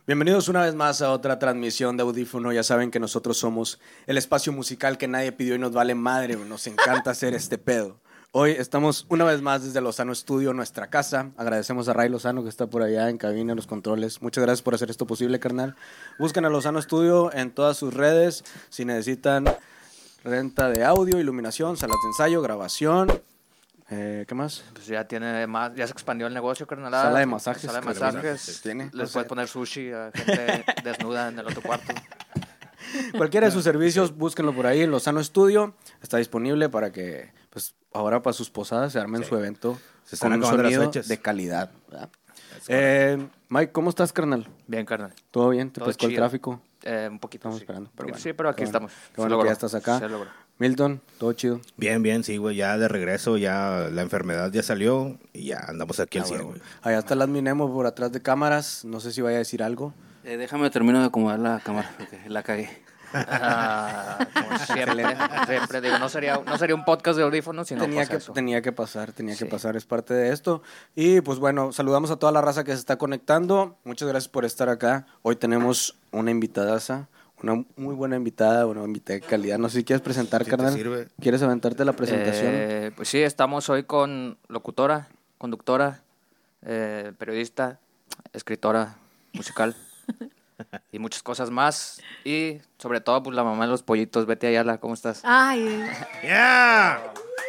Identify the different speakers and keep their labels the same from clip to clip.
Speaker 1: Bienvenidos una vez más a otra transmisión de Audífono. Ya saben que nosotros somos el espacio musical que nadie pidió y nos vale madre. Nos encanta hacer este pedo. Hoy estamos una vez más desde Lozano Studio, nuestra casa. Agradecemos a Ray Lozano que está por allá en cabina, en los controles. Muchas gracias por hacer esto posible, carnal. Busquen a Lozano Studio en todas sus redes. Si necesitan renta de audio, iluminación, salas de ensayo, grabación. ¿Qué más?
Speaker 2: Pues ya tiene más, ya se expandió el negocio, carnal.
Speaker 1: Sala de masajes.
Speaker 2: Sala de masajes.
Speaker 1: ¿Tiene?
Speaker 2: Les puedes poner sushi a gente desnuda en el otro cuarto.
Speaker 1: Cualquiera de sus servicios, búsquenlo por ahí en Lozano Studio. Está disponible para que, pues, ahora para sus posadas se armen su evento
Speaker 3: Se están
Speaker 1: con un
Speaker 3: acabando las
Speaker 1: sonido
Speaker 3: fechas.
Speaker 1: de calidad, ¿verdad? Mike, ¿cómo estás, carnal?
Speaker 2: Bien, carnal.
Speaker 1: ¿Todo bien? ¿Te
Speaker 2: Todo
Speaker 1: pescó el
Speaker 2: chido.
Speaker 1: tráfico?
Speaker 2: Un poquito,
Speaker 1: Estamos
Speaker 2: sí.
Speaker 1: esperando, pero bueno.
Speaker 2: Sí, pero aquí
Speaker 1: Qué bueno.
Speaker 2: estamos.
Speaker 1: Qué bueno que ya estás acá.
Speaker 2: Se logró.
Speaker 1: Milton, ¿todo chido?
Speaker 3: Bien, sí, güey, ya de regreso, ya la enfermedad ya salió y ya andamos aquí al 100,
Speaker 1: Bueno,
Speaker 3: güey.
Speaker 1: allá está el Adminemo por atrás de cámaras. No sé si vaya a decir algo.
Speaker 4: Déjame termino de acomodar la cámara, porque la cagué.
Speaker 2: Como siempre digo, no sería un podcast de audífonos, sino
Speaker 1: Tenía que pasar, es parte de esto. Y pues bueno, saludamos a toda la raza que se está conectando. Muchas gracias por estar acá. Hoy tenemos una invitadaza, una muy buena invitada, una invitada de calidad. No sé si quieres presentar,
Speaker 3: Si te
Speaker 1: carnal.
Speaker 3: sirve.
Speaker 1: ¿Quieres aventarte la presentación?
Speaker 2: Pues sí, estamos hoy con locutora, conductora, periodista, escritora musical y muchas cosas más. Y sobre todo, pues la mamá de los pollitos, Betty Ayala, ¿cómo estás?
Speaker 5: Ay,
Speaker 3: ¡Yeah!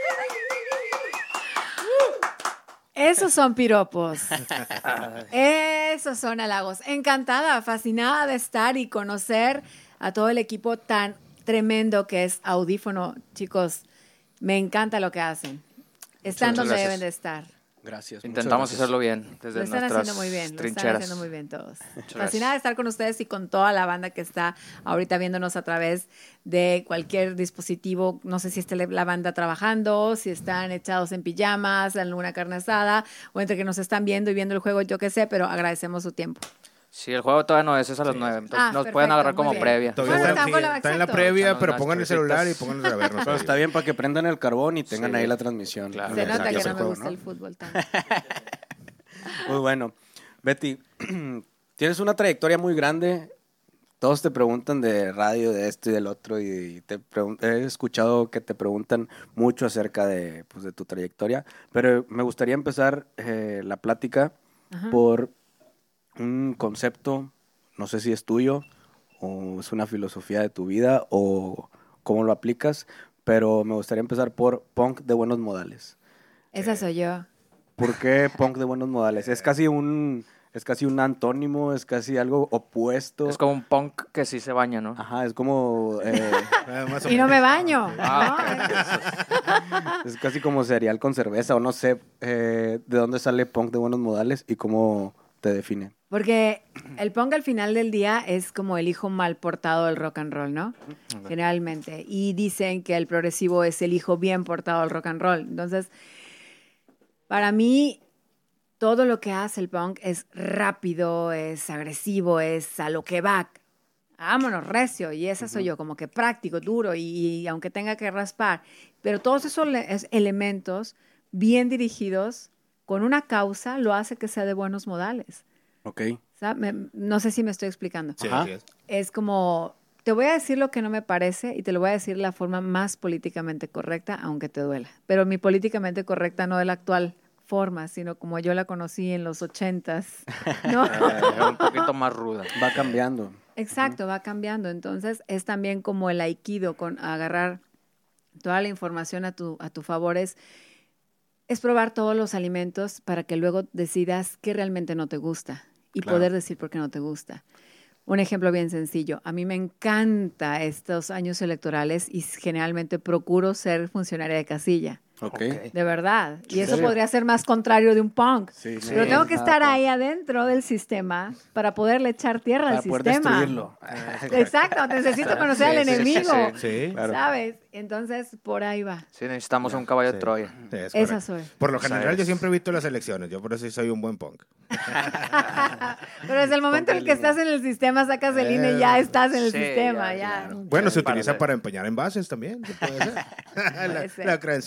Speaker 5: esos son piropos. Esos son halagos. Encantada, fascinada de estar y conocer a todo el equipo tan tremendo que es Audífono. Chicos, me encanta lo que hacen. Están
Speaker 2: Muchas
Speaker 5: donde
Speaker 2: gracias.
Speaker 5: deben de estar.
Speaker 1: Gracias.
Speaker 2: Intentamos
Speaker 1: muchas gracias.
Speaker 2: hacerlo bien desde
Speaker 5: Lo están
Speaker 2: nuestras
Speaker 5: haciendo muy bien, lo están
Speaker 2: trincheras.
Speaker 5: haciendo muy bien todos.
Speaker 2: gracias.
Speaker 5: Fascinada de estar con ustedes y con toda la banda que está ahorita viéndonos a través de cualquier dispositivo. No sé si está la banda trabajando, si están echados en pijamas, en una carne asada, o entre que nos están viendo y viendo el juego, yo qué sé, pero agradecemos su tiempo.
Speaker 2: Sí, el juego todavía no es a las 9, entonces nos
Speaker 5: perfecto,
Speaker 2: pueden agarrar
Speaker 5: muy
Speaker 2: como
Speaker 5: bien.
Speaker 2: previa.
Speaker 3: Todavía
Speaker 5: Bueno,
Speaker 3: está,
Speaker 5: está
Speaker 3: está en la
Speaker 5: exacto.
Speaker 3: previa,
Speaker 2: Echando
Speaker 3: pero
Speaker 2: unas
Speaker 3: pongan el celular y
Speaker 2: cervecitas.
Speaker 3: pónganse a vernos.
Speaker 1: Pero está bien para que prendan el carbón y tengan
Speaker 2: Sí.
Speaker 1: ahí la transmisión.
Speaker 2: Claro.
Speaker 5: Se
Speaker 2: Exacto.
Speaker 5: nota que
Speaker 1: Es el
Speaker 5: no me
Speaker 1: juego,
Speaker 5: gusta el fútbol tanto.
Speaker 1: Muy bueno. Betty, tienes una trayectoria muy grande. Todos te preguntan de radio, de esto y del otro, y he escuchado que te preguntan mucho acerca de, pues, de tu trayectoria, pero me gustaría empezar la plática por un concepto, no sé si es tuyo o es una filosofía de tu vida o cómo lo aplicas, pero me gustaría empezar por punk de buenos modales.
Speaker 5: Esa soy yo.
Speaker 1: ¿Por qué punk de buenos modales? Es casi un antónimo, es casi algo opuesto.
Speaker 2: Es como un punk que sí se baña, ¿no?
Speaker 1: Ajá, es como...
Speaker 3: Más o
Speaker 5: Y no
Speaker 3: menos.
Speaker 5: me baño.
Speaker 1: es casi como cereal con cerveza, o no sé de dónde sale punk de buenos modales y cómo te define.
Speaker 5: Porque el punk al final del día es como el hijo mal portado del rock and roll, ¿no? Generalmente. Y dicen que el progresivo es el hijo bien portado del rock and roll. Entonces, para mí, todo lo que hace el punk es rápido, es agresivo, es a lo que va. Vámonos, recio. Y esa soy yo, como que práctico, duro, y aunque tenga que raspar. Pero todos esos elementos bien dirigidos, con una causa, lo hace que sea de buenos modales.
Speaker 1: Ok.
Speaker 5: No sé si me estoy explicando.
Speaker 3: Sí,
Speaker 1: Ajá.
Speaker 3: así es.
Speaker 5: Es como, te voy a decir lo que no me parece y te lo voy a decir de la forma más políticamente correcta, aunque te duela. Pero mi políticamente correcta no de la actual forma, sino como yo la conocí en los 80s. ¿no?
Speaker 2: Un poquito más ruda.
Speaker 1: Va cambiando.
Speaker 5: Exacto, va cambiando. Entonces es también como el aikido, con agarrar toda la información a tu favor. Es probar todos los alimentos para que luego decidas qué realmente no te gusta y
Speaker 1: Claro.
Speaker 5: poder decir por qué no te gusta. Un ejemplo bien sencillo. A mí me encanta estos años electorales y generalmente procuro ser funcionaria de casilla.
Speaker 1: Ok.
Speaker 5: De verdad. Y
Speaker 1: ¿En
Speaker 5: eso
Speaker 1: serio?
Speaker 5: podría ser más contrario de un punk.
Speaker 1: Sí,
Speaker 5: Pero tengo que estar ahí adentro del sistema para poderle echar tierra
Speaker 1: para
Speaker 5: al
Speaker 1: poder
Speaker 5: sistema.
Speaker 1: destruirlo.
Speaker 5: Exacto, necesito conocer al
Speaker 2: Sí, sí,
Speaker 5: enemigo.
Speaker 3: Sí,
Speaker 1: Claro.
Speaker 5: ¿Sabes? Entonces, por ahí va.
Speaker 2: Sí, necesitamos un caballo de
Speaker 3: Sí.
Speaker 2: Troya.
Speaker 3: sí, es
Speaker 5: Esa
Speaker 3: correcto.
Speaker 5: soy.
Speaker 3: Por lo general, yo
Speaker 2: Sabes.
Speaker 3: siempre he visto las elecciones. Yo por eso soy un buen punk.
Speaker 5: Pero desde el momento en el que estás en el sistema, sacas el INE, ya estás en el
Speaker 2: Sí,
Speaker 5: sistema,
Speaker 2: ya,
Speaker 5: ya.
Speaker 2: claro.
Speaker 3: Bueno, se
Speaker 2: Para
Speaker 3: utiliza
Speaker 2: hacer.
Speaker 3: para empeñar envases también. ¿Qué puede ser?
Speaker 5: Puede ser.
Speaker 3: La credencial del INE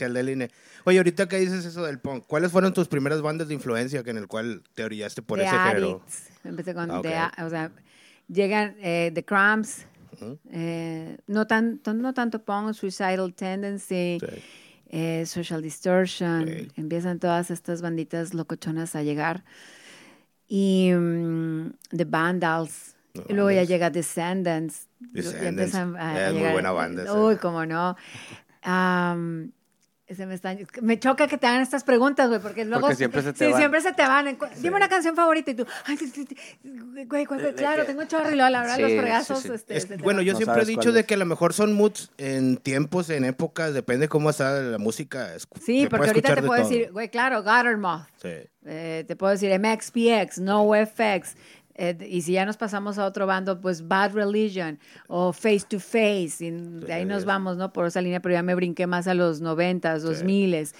Speaker 3: define. Oye, ahorita que dices eso del punk, ¿cuáles fueron tus primeras bandas de influencia en el cual te orillaste por
Speaker 5: The
Speaker 3: ese género?
Speaker 5: Addicts. Empecé con
Speaker 3: Ok.
Speaker 5: o sea, llegan The Cramps, no tanto punk, Suicidal Tendency,
Speaker 3: Sí.
Speaker 5: Social Distortion,
Speaker 3: Ok.
Speaker 5: empiezan todas estas banditas locochonas a llegar. Y The Vandals,
Speaker 3: The
Speaker 5: y luego ya
Speaker 3: Vandals.
Speaker 5: llega Descendants. Ya
Speaker 3: Descendants.
Speaker 5: empiezan a
Speaker 3: Es muy
Speaker 5: llegar,
Speaker 3: buena banda esa.
Speaker 5: uy, cómo no. Me choca que te hagan estas preguntas, güey, porque luego
Speaker 1: Porque siempre se te
Speaker 5: sí,
Speaker 1: van.
Speaker 5: siempre se te van. Dime una canción favorita y tú, ay, güey, claro, tengo un chorro y luego la verdad
Speaker 2: Sí,
Speaker 5: los
Speaker 2: sí,
Speaker 5: fregazos,
Speaker 2: sí.
Speaker 5: se te
Speaker 3: Bueno,
Speaker 5: van.
Speaker 3: yo
Speaker 1: No
Speaker 3: siempre he
Speaker 1: sabes
Speaker 3: dicho
Speaker 1: cuál
Speaker 3: de
Speaker 1: es.
Speaker 3: que a lo mejor son moods en tiempos, en épocas, depende cómo está la música.
Speaker 5: Sí,
Speaker 3: se
Speaker 5: porque
Speaker 3: puede
Speaker 5: ahorita
Speaker 3: escuchar
Speaker 5: te
Speaker 3: de
Speaker 5: puedo
Speaker 3: todo.
Speaker 5: decir, güey, claro, Guttermoth.
Speaker 3: Sí.
Speaker 5: Te puedo decir MXPX, NoFX. Y si ya nos pasamos a otro bando, pues Bad Religion o Face to Face. Y de ahí nos vamos, ¿no? Por esa línea, pero ya me brinqué más a los 90s, 2000s.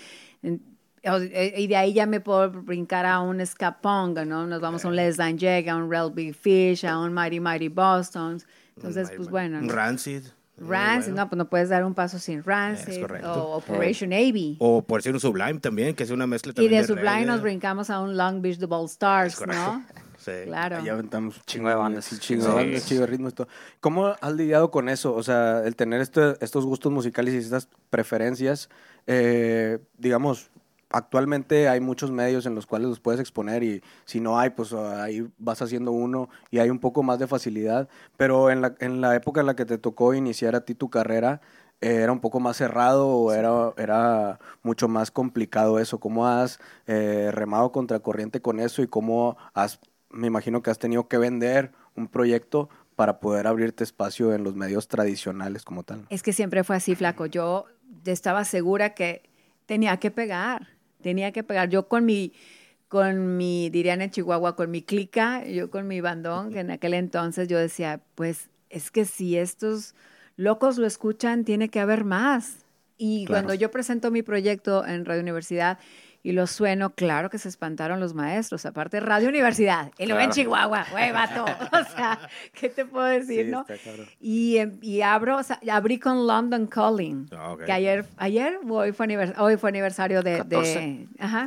Speaker 5: Y de ahí ya me puedo brincar a un ska punk, ¿no? Nos vamos a un Less Than Jake, a un Real Big Fish, a un Mighty Mighty Bostons. Entonces, pues bueno.
Speaker 3: Un
Speaker 5: ¿no?
Speaker 3: Rancid.
Speaker 5: Rancid,
Speaker 3: Bueno.
Speaker 5: no, pues no puedes dar un paso sin Rancid.
Speaker 3: Es correcto.
Speaker 5: O Operation AB.
Speaker 3: O por decir un Sublime también, que es una mezcla
Speaker 5: Y
Speaker 3: también
Speaker 5: de Sublime
Speaker 3: reggae.
Speaker 5: nos brincamos a un Long Beach The Ball Stars,
Speaker 3: Es correcto.
Speaker 5: ¿no?
Speaker 3: Sí.
Speaker 5: Claro.
Speaker 1: Ahí aventamos
Speaker 2: Chingo de bandas.
Speaker 1: sí, chingo de
Speaker 3: Sí.
Speaker 1: bandas, chingo de ritmos y todo. ¿Cómo has lidiado con eso? O sea, el tener estos gustos musicales y estas preferencias, digamos, actualmente hay muchos medios en los cuales los puedes exponer y si no hay, pues ahí vas haciendo uno y hay un poco más de facilidad. Pero en la época en la que te tocó iniciar a ti tu carrera, ¿era un poco más cerrado o era mucho más complicado eso? ¿Cómo has remado contracorriente con eso y cómo me imagino que has tenido que vender un proyecto para poder abrirte espacio en los medios tradicionales como tal?
Speaker 5: Es que siempre fue así, flaco. Yo estaba segura que tenía que pegar. Yo con mi, dirían en Chihuahua, con mi clica, yo con mi bandón, que en aquel entonces yo decía, pues es que si estos locos lo escuchan, tiene que haber más. Y
Speaker 1: Claro.
Speaker 5: cuando yo presento mi proyecto en Radio Universidad y lo sueno, claro que se espantaron los maestros. Aparte, Radio Universidad, y lo ven en Chihuahua, güey, vato. O sea, ¿qué te puedo decir,
Speaker 1: Sí,
Speaker 5: no?
Speaker 1: está cabrón.
Speaker 5: Y abrí con London Calling,
Speaker 3: Ah, ok.
Speaker 5: que hoy fue aniversario de
Speaker 2: 14.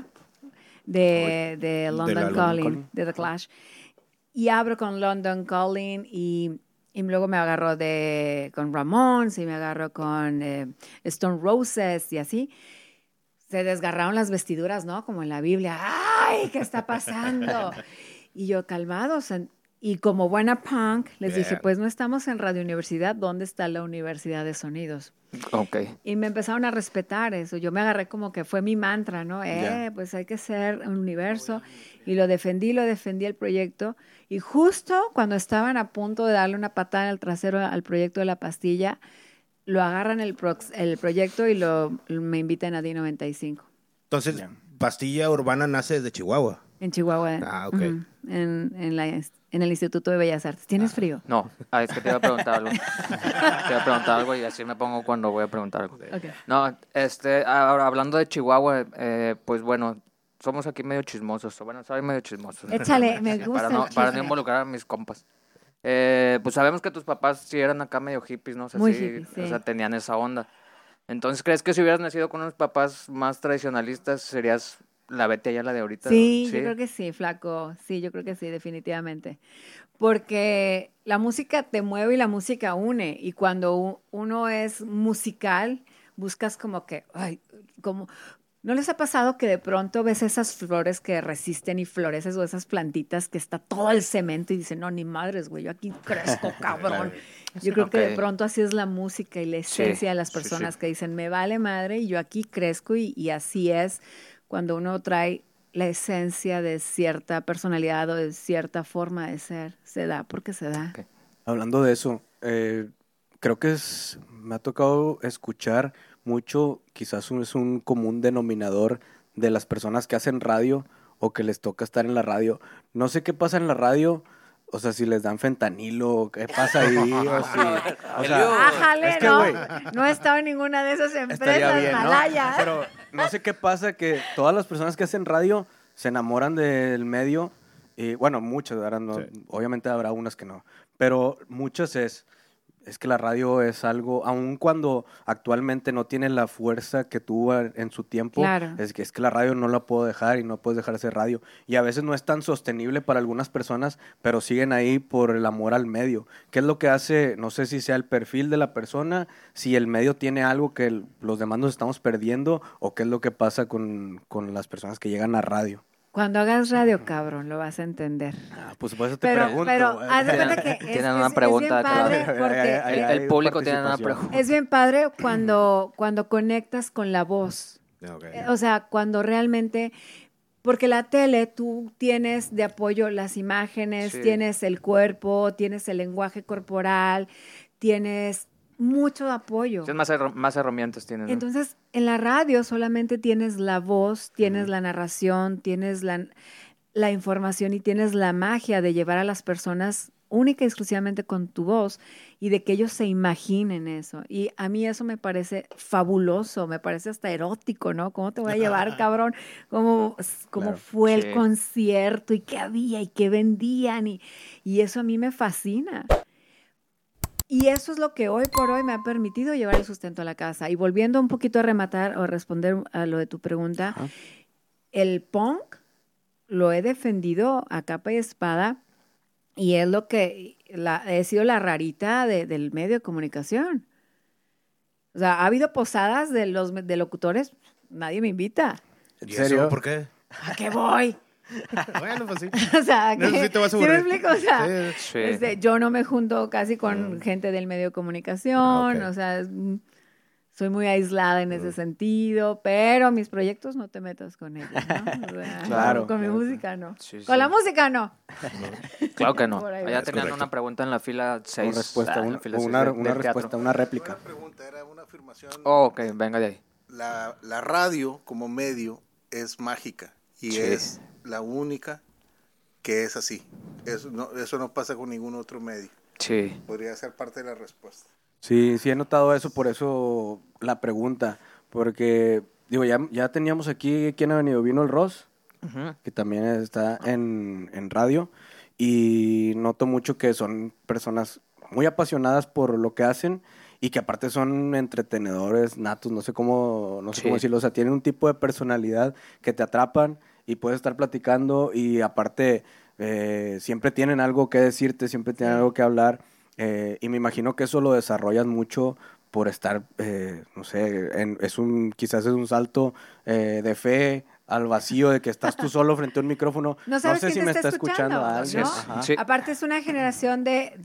Speaker 5: de London
Speaker 3: London
Speaker 5: Calling,
Speaker 1: Calling.
Speaker 5: de The Clash. Y abro con London Calling y luego me agarro con Ramones y me agarro con Stone Roses y así. Se desgarraron las vestiduras, ¿no? Como en la Biblia. ¡Ay! ¿Qué está pasando? Y yo, calmados. Y como buena punk, les dije, pues no estamos en Radio Universidad. ¿Dónde está la Universidad de Sonidos?
Speaker 2: Ok.
Speaker 5: Y me empezaron a respetar eso. Yo me agarré como que fue mi mantra, ¿no?
Speaker 1: Ya.
Speaker 5: Pues hay que ser un universo. Y lo defendí el proyecto. Y justo cuando estaban a punto de darle una patada en el trasero al proyecto de la pastilla, lo agarran el proyecto y me invitan a D95.
Speaker 3: Entonces,
Speaker 1: Ya.
Speaker 3: Pastilla Urbana nace desde Chihuahua.
Speaker 5: En Chihuahua.
Speaker 3: Ah, ok.
Speaker 5: Ujú, en el Instituto de Bellas Artes. ¿Tienes frío?
Speaker 2: No, es que te iba a preguntar algo. Te iba a preguntar algo y así me pongo cuando voy a preguntar algo.
Speaker 5: Ok.
Speaker 2: No, ahora hablando de Chihuahua, pues bueno, somos aquí medio chismosos. Bueno, soy medio chismoso.
Speaker 5: Échale, me gusta
Speaker 2: Para no,
Speaker 5: el
Speaker 2: para no
Speaker 5: chisme.
Speaker 2: involucrar a mis compas. Pues sabemos que tus papás sí eran acá medio hippies, ¿no? O sea,
Speaker 5: Muy
Speaker 2: sí,
Speaker 5: hippies, sí.
Speaker 2: O sea, tenían esa onda. Entonces, ¿crees que si hubieras nacido con unos papás más tradicionalistas, serías la Betty Ayala de ahorita?
Speaker 5: Sí, yo creo que sí, flaco. Sí, yo creo que sí, definitivamente. Porque la música te mueve y la música une. Y cuando uno es musical, buscas como que, ay, como... ¿No les ha pasado que de pronto ves esas flores que resisten y floreces o esas plantitas que está todo el cemento y dicen, no, ni madres, güey, yo aquí crezco, cabrón? Yo creo que de
Speaker 2: Ok.
Speaker 5: pronto así es la música y la esencia de las
Speaker 2: sí,
Speaker 5: personas
Speaker 2: sí.
Speaker 5: que dicen, me vale madre y yo aquí crezco y así es cuando uno trae la esencia de cierta personalidad o de cierta forma de ser. Se da porque se da.
Speaker 2: Ok.
Speaker 1: Hablando de eso, creo que me ha tocado escuchar mucho, quizás es un común denominador de las personas que hacen radio o que les toca estar en la radio. No sé qué pasa en la radio, o sea, si les dan fentanilo, qué pasa ahí, o sea,
Speaker 5: ¡Ájale,
Speaker 1: es que,
Speaker 5: no!
Speaker 1: güey,
Speaker 5: No he estado en ninguna de esas
Speaker 1: estaría
Speaker 5: empresas,
Speaker 1: bien, ¿no?
Speaker 5: Malaya.
Speaker 1: Pero no sé qué pasa, que todas las personas que hacen radio se enamoran del medio, y bueno, muchas, ¿verdad? No,
Speaker 3: Sí.
Speaker 1: obviamente habrá unas que no, pero muchas es que la radio es algo, aun cuando actualmente no tiene la fuerza que tuvo en su tiempo,
Speaker 5: Claro.
Speaker 1: es que la radio no la puedo dejar y no puedes dejar de ser radio. Y a veces no es tan sostenible para algunas personas, pero siguen ahí por el amor al medio. ¿Qué es lo que hace? No sé si sea el perfil de la persona, si el medio tiene algo que los demás nos estamos perdiendo, o qué es lo que pasa con las personas que llegan a radio.
Speaker 5: Cuando hagas radio, cabrón, lo vas a entender.
Speaker 1: Pues por eso te
Speaker 5: Pero
Speaker 1: pregunto.
Speaker 5: haz de cuenta que
Speaker 2: Tienen una pregunta,
Speaker 5: es bien padre
Speaker 1: claro.
Speaker 5: porque
Speaker 2: El público tiene una pregunta.
Speaker 5: es bien padre cuando conectas con la voz.
Speaker 3: Ok.
Speaker 5: O sea, cuando realmente, porque la tele tú tienes de apoyo las imágenes,
Speaker 2: Sí.
Speaker 5: tienes el cuerpo, tienes el lenguaje corporal, tienes mucho apoyo.
Speaker 2: Más herramientas tienen, ¿no?
Speaker 5: Entonces, en la radio solamente tienes la voz, tienes la narración, tienes la información y tienes la magia de llevar a las personas única y exclusivamente con tu voz y de que ellos se imaginen eso. Y a mí eso me parece fabuloso, me parece hasta erótico, ¿no? ¿Cómo te voy a llevar, cabrón? ¿Cómo
Speaker 1: Claro.
Speaker 5: fue el
Speaker 2: Sí.
Speaker 5: concierto y qué había y qué vendían? Y eso a mí me fascina. Y eso es lo que hoy por hoy me ha permitido llevar el sustento a la casa. Y volviendo un poquito a rematar o responder a lo de tu pregunta,
Speaker 1: Ajá.
Speaker 5: el punk lo he defendido a capa y espada y es lo que he sido la rarita del medio de comunicación. O sea, ha habido posadas de locutores, nadie me invita.
Speaker 1: ¿En
Speaker 3: ¿Y
Speaker 1: serio?
Speaker 3: eso por qué?
Speaker 5: ¿A qué voy?
Speaker 3: Bueno, pues sí.
Speaker 5: O sea,
Speaker 3: No,
Speaker 5: ¿qué?
Speaker 3: sí te vas a
Speaker 5: ¿Sí me
Speaker 3: aburrir.
Speaker 5: explico? O sea,
Speaker 3: Sí.
Speaker 2: Sí.
Speaker 5: yo no me junto casi con gente del medio de comunicación,
Speaker 3: Ah, ok.
Speaker 5: o sea, soy muy aislada en ese sentido, pero mis proyectos no te metas con ellos, ¿no? O sea,
Speaker 1: Claro,
Speaker 5: con mi
Speaker 1: claro,
Speaker 5: música no.
Speaker 2: Sí, sí.
Speaker 5: Con la música no.
Speaker 2: Claro que no.
Speaker 5: Por ahí va.
Speaker 2: Allá
Speaker 3: Es
Speaker 2: tenían
Speaker 3: correcto.
Speaker 2: una pregunta en la fila 6.
Speaker 1: Una respuesta,
Speaker 2: en la
Speaker 1: una,
Speaker 2: fila seis
Speaker 1: una
Speaker 2: del teatro.
Speaker 1: respuesta, una réplica.
Speaker 6: Una pregunta, era una afirmación.
Speaker 2: Oh, ok, venga de ahí.
Speaker 6: La radio como medio es mágica y
Speaker 2: Sí.
Speaker 6: es la única que es así. Eso no pasa con ningún otro medio.
Speaker 2: Sí.
Speaker 6: Podría ser parte de la respuesta.
Speaker 1: Sí, sí he notado eso, por eso la pregunta. Porque, digo, ya teníamos aquí, ¿quién ha venido? Vino el Ross,
Speaker 2: Ujú.
Speaker 1: que también está en radio. Y noto mucho que son personas muy apasionadas por lo que hacen y que aparte son entretenedores natos, no sé cómo
Speaker 2: Sí.
Speaker 1: decirlo. O sea, tienen un tipo de personalidad que te atrapan y puedes estar platicando y aparte siempre tienen algo que decirte, siempre tienen algo que hablar y me imagino que eso lo desarrollas mucho por estar, no sé, quizás es un salto de fe al vacío de que estás tú solo frente a un micrófono.
Speaker 5: No sabes
Speaker 1: sé
Speaker 5: quién
Speaker 1: si
Speaker 5: te
Speaker 1: me
Speaker 5: está
Speaker 1: está escuchando
Speaker 5: escuchando,
Speaker 1: alguien.
Speaker 5: ¿no?
Speaker 1: Ajá.
Speaker 2: Sí.
Speaker 5: Aparte es una generación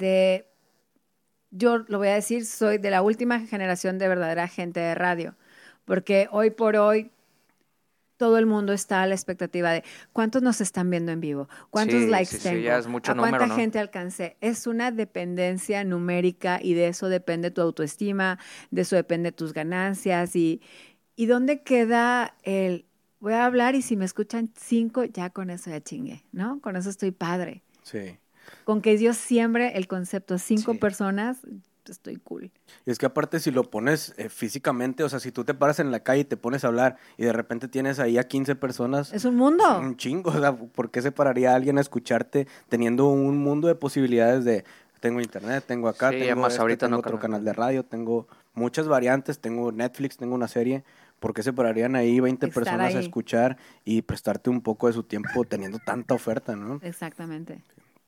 Speaker 5: yo lo voy a decir, soy de la última generación de verdadera gente de radio, porque hoy por hoy todo el mundo está a la expectativa de cuántos nos están viendo en vivo, cuántos
Speaker 2: Sí,
Speaker 5: likes
Speaker 2: sí, sí,
Speaker 5: tengo,
Speaker 2: ya es mucho
Speaker 5: a cuánta
Speaker 2: número, ¿no?
Speaker 5: gente alcancé. Es una dependencia numérica y de eso depende tu autoestima, de eso depende tus ganancias y dónde queda voy a hablar y si me escuchan 5, ya con eso ya chingué, ¿no? Con eso estoy padre.
Speaker 1: Sí.
Speaker 5: Con que Dios siembre el concepto 5
Speaker 2: Sí.
Speaker 5: personas, estoy cool.
Speaker 1: Y es que aparte si lo pones físicamente, o sea, si tú te paras en la calle y te pones a hablar y de repente tienes ahí a 15 personas,
Speaker 5: Es un mundo.
Speaker 1: es un chingo, o sea, ¿por qué se pararía alguien a escucharte teniendo un mundo de posibilidades de tengo internet, tengo acá,
Speaker 2: Sí,
Speaker 1: tengo
Speaker 2: además ahorita
Speaker 1: tengo
Speaker 2: no,
Speaker 1: otro
Speaker 2: carnal.
Speaker 1: canal de radio, tengo muchas variantes, tengo Netflix, tengo una serie? ¿Por qué se pararían ahí 20
Speaker 5: Estar
Speaker 1: personas a
Speaker 5: ahí.
Speaker 1: escuchar y prestarte un poco de su tiempo teniendo tanta oferta, ¿no?
Speaker 5: Exactamente.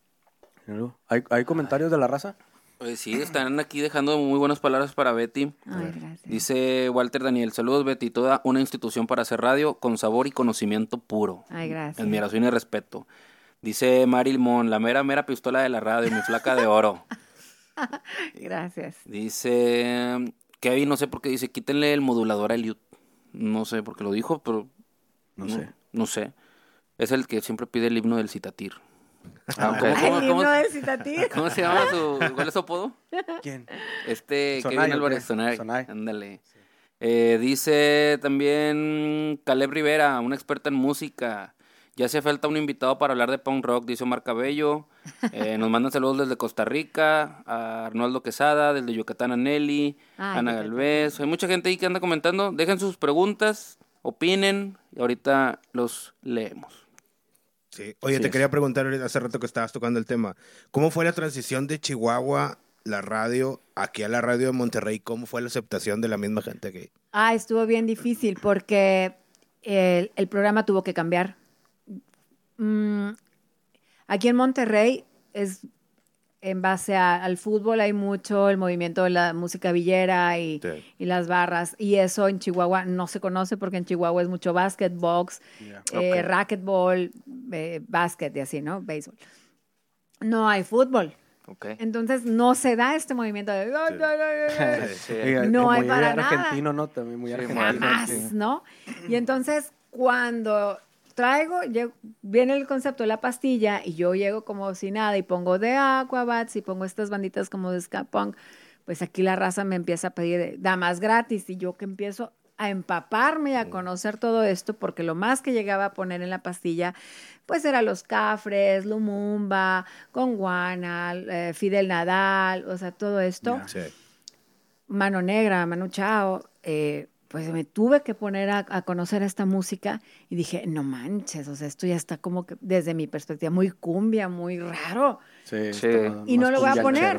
Speaker 1: ¿Hay comentarios de la raza?
Speaker 4: Pues sí, están aquí dejando muy buenas palabras para Betty.
Speaker 5: Ay, gracias.
Speaker 4: Dice Walter Daniel, saludos Betty, toda una institución para hacer radio con sabor y conocimiento puro.
Speaker 5: Ay, gracias.
Speaker 4: Admiración y respeto. Dice Mari Limón, la mera pistola de la radio, mi flaca de oro.
Speaker 5: Gracias.
Speaker 4: Dice Kevin, no sé por qué dice, quítenle el modulador a Eliud. No sé por qué lo dijo, pero
Speaker 1: No sé.
Speaker 4: No sé. Es el que siempre pide el himno del Citatir.
Speaker 2: Ah, ok.
Speaker 5: El himno del citativo.
Speaker 4: ¿Cómo se llama cuál es su apodo?
Speaker 1: ¿Quién?
Speaker 4: Kevin
Speaker 1: Sonay, ¿o
Speaker 4: Álvarez,
Speaker 1: qué?
Speaker 4: Sonay.
Speaker 1: Sonay.
Speaker 4: Ándale. Dice también Caleb Rivera, una experta en música. Ya hace falta un invitado para hablar de punk rock, dice Omar Cabello. Nos mandan saludos desde Costa Rica, a Arnoldo Quesada, desde Yucatán a Nelly,
Speaker 5: Ay,
Speaker 4: Ana
Speaker 5: Yucatán.
Speaker 4: Galvez. Hay mucha gente ahí que anda comentando. Dejen sus preguntas, opinen, y ahorita los leemos.
Speaker 3: Sí. Oye,
Speaker 1: Así
Speaker 3: te
Speaker 1: es.
Speaker 3: quería preguntar ahorita, hace rato que estabas tocando el tema, ¿cómo fue la transición de Chihuahua la radio aquí a la radio de Monterrey? ¿Cómo fue la aceptación de la misma gente aquí?
Speaker 5: Estuvo bien difícil porque el programa tuvo que cambiar. Aquí en Monterrey es en base al fútbol, hay mucho el movimiento de la música villera y las barras, y eso en Chihuahua no se conoce porque en Chihuahua es mucho básquet, box, racquetball, básquet y así, ¿no? Béisbol. No hay fútbol.
Speaker 2: Okay.
Speaker 5: Entonces no se da este movimiento de...
Speaker 2: Sí.
Speaker 5: No hay
Speaker 1: muy
Speaker 5: para nada.
Speaker 1: argentino, ¿no? También muy argentino.
Speaker 5: Jamás, ¿no? Y entonces cuando viene el concepto de la pastilla y yo llego como si nada y pongo de Aquabats y pongo estas banditas como de ska punk, pues aquí la raza me empieza a pedir damas gratis y yo que empiezo a empaparme y a conocer todo esto, porque lo más que llegaba a poner en la pastilla pues era Los Cafres, Lumumba, Conguana, Fidel Nadal, o sea, todo esto.
Speaker 3: Sí.
Speaker 5: Mano Negra, Manu Chao, pues me tuve que poner a conocer esta música y dije, no manches, o sea, esto ya está como que desde mi perspectiva muy cumbia, muy raro.
Speaker 1: Sí.
Speaker 5: Y no lo voy a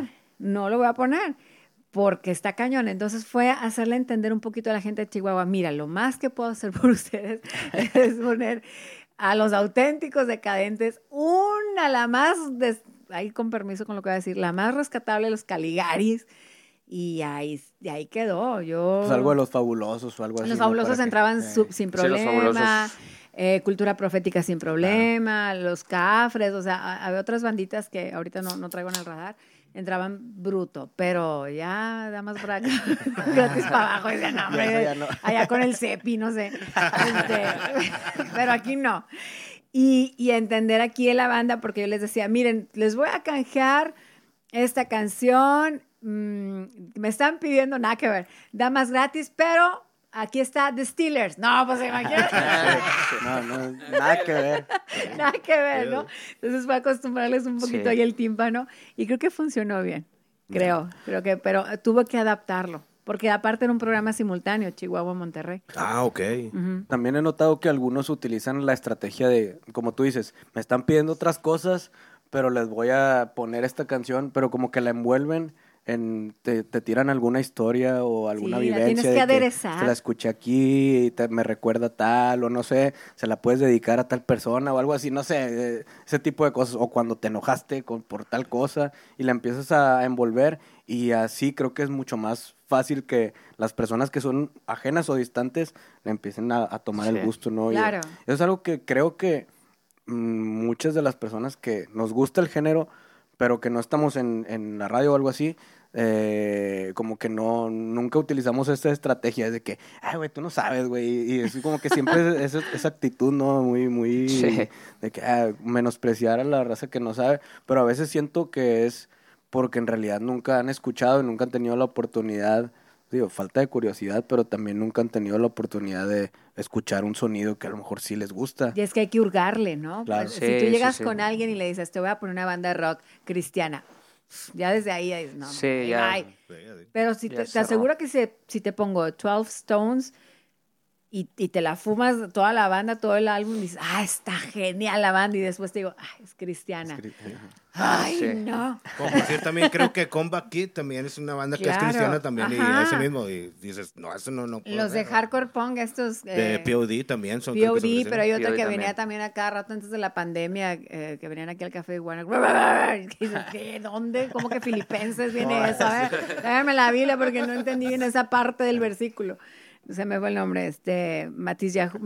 Speaker 5: poner, porque está cañón. Entonces fue hacerle entender un poquito a la gente de Chihuahua, mira, lo más que puedo hacer por ustedes es poner a los auténticos decadentes, la más, ahí con permiso con lo que voy a decir, la más rescatable, los Caligaris. Y ahí quedó.
Speaker 1: Pues algo de Los Fabulosos o algo así.
Speaker 5: Los Fabulosos entraban sin problema.
Speaker 2: Los
Speaker 5: Cultura Profética sin problema. Los Cafres, o sea, había otras banditas que ahorita no traigo en el radar. Entraban bruto, pero ya damas gratis para abajo. Decían, no, hombre, allá con el cepi, no sé. Pero aquí no. Y entender aquí en la banda, porque yo les decía, miren, les voy a canjear esta canción. Me están pidiendo nada que ver, damas gratis, pero aquí está The Steelers. No, pues imagínate.
Speaker 1: No, nada que ver.
Speaker 5: Nada que ver, ¿no? Entonces fue acostumbrarles un poquito ahí el tímpano y creo que funcionó bien. Creo que, pero tuvo que adaptarlo, porque aparte era un programa simultáneo, Chihuahua-Monterrey.
Speaker 3: Ok.
Speaker 1: También he notado que algunos utilizan la estrategia de, como tú dices, me están pidiendo otras cosas, pero les voy a poner esta canción, pero como que la envuelven te tiran alguna historia o alguna vivencia.
Speaker 5: Tienes que aderezar.
Speaker 1: Se la escuché aquí y me recuerda tal, o no sé, se la puedes dedicar a tal persona o algo así, no sé, ese tipo de cosas. O cuando te enojaste por tal cosa y la empiezas a envolver, y así creo que es mucho más fácil que las personas que son ajenas o distantes le empiecen a tomar el gusto, ¿no?
Speaker 5: Claro.
Speaker 1: Y es algo que creo que muchas de las personas que nos gusta el género, pero que no estamos en la radio o algo así, como que nunca utilizamos esta estrategia de que, ay, güey, tú no sabes, güey, y es como que siempre es esa actitud, ¿no? Muy de que menospreciar a la raza que no sabe, pero a veces siento que es porque en realidad nunca han escuchado y nunca han tenido la oportunidad, digo, falta de curiosidad, pero también nunca han tenido la oportunidad de escuchar un sonido que a lo mejor sí les gusta.
Speaker 5: Y es que hay que hurgarle, ¿no?
Speaker 1: Claro.
Speaker 5: Pues, si tú llegas con alguien y le dices, te voy a poner una banda de rock cristiana, ya desde ahí dices, no,
Speaker 2: sí, ya.
Speaker 5: Ay. Pero si te aseguro que si te pongo 12 Stones y te la fumas toda la banda, todo el álbum, dices, está genial la banda, y después te digo, es cristiana. Ay, no.
Speaker 3: Como por cierto, también creo que Comeback Kid también es una banda que es cristiana también, y ese mismo, y dices, no, eso no puedo
Speaker 5: Los de hardcore punk, estos...
Speaker 3: de POD también son.
Speaker 5: POD, pero hay otra
Speaker 2: POD
Speaker 5: que
Speaker 2: también.
Speaker 5: venía también a cada rato antes de la pandemia, que venían aquí al Café de Iguana. ¿Qué? ¿Dónde? ¿Cómo que filipenses viene eso? A ver, dame la Biblia porque no entendí bien esa parte del versículo. Se me fue el nombre, Matiz Yahoo.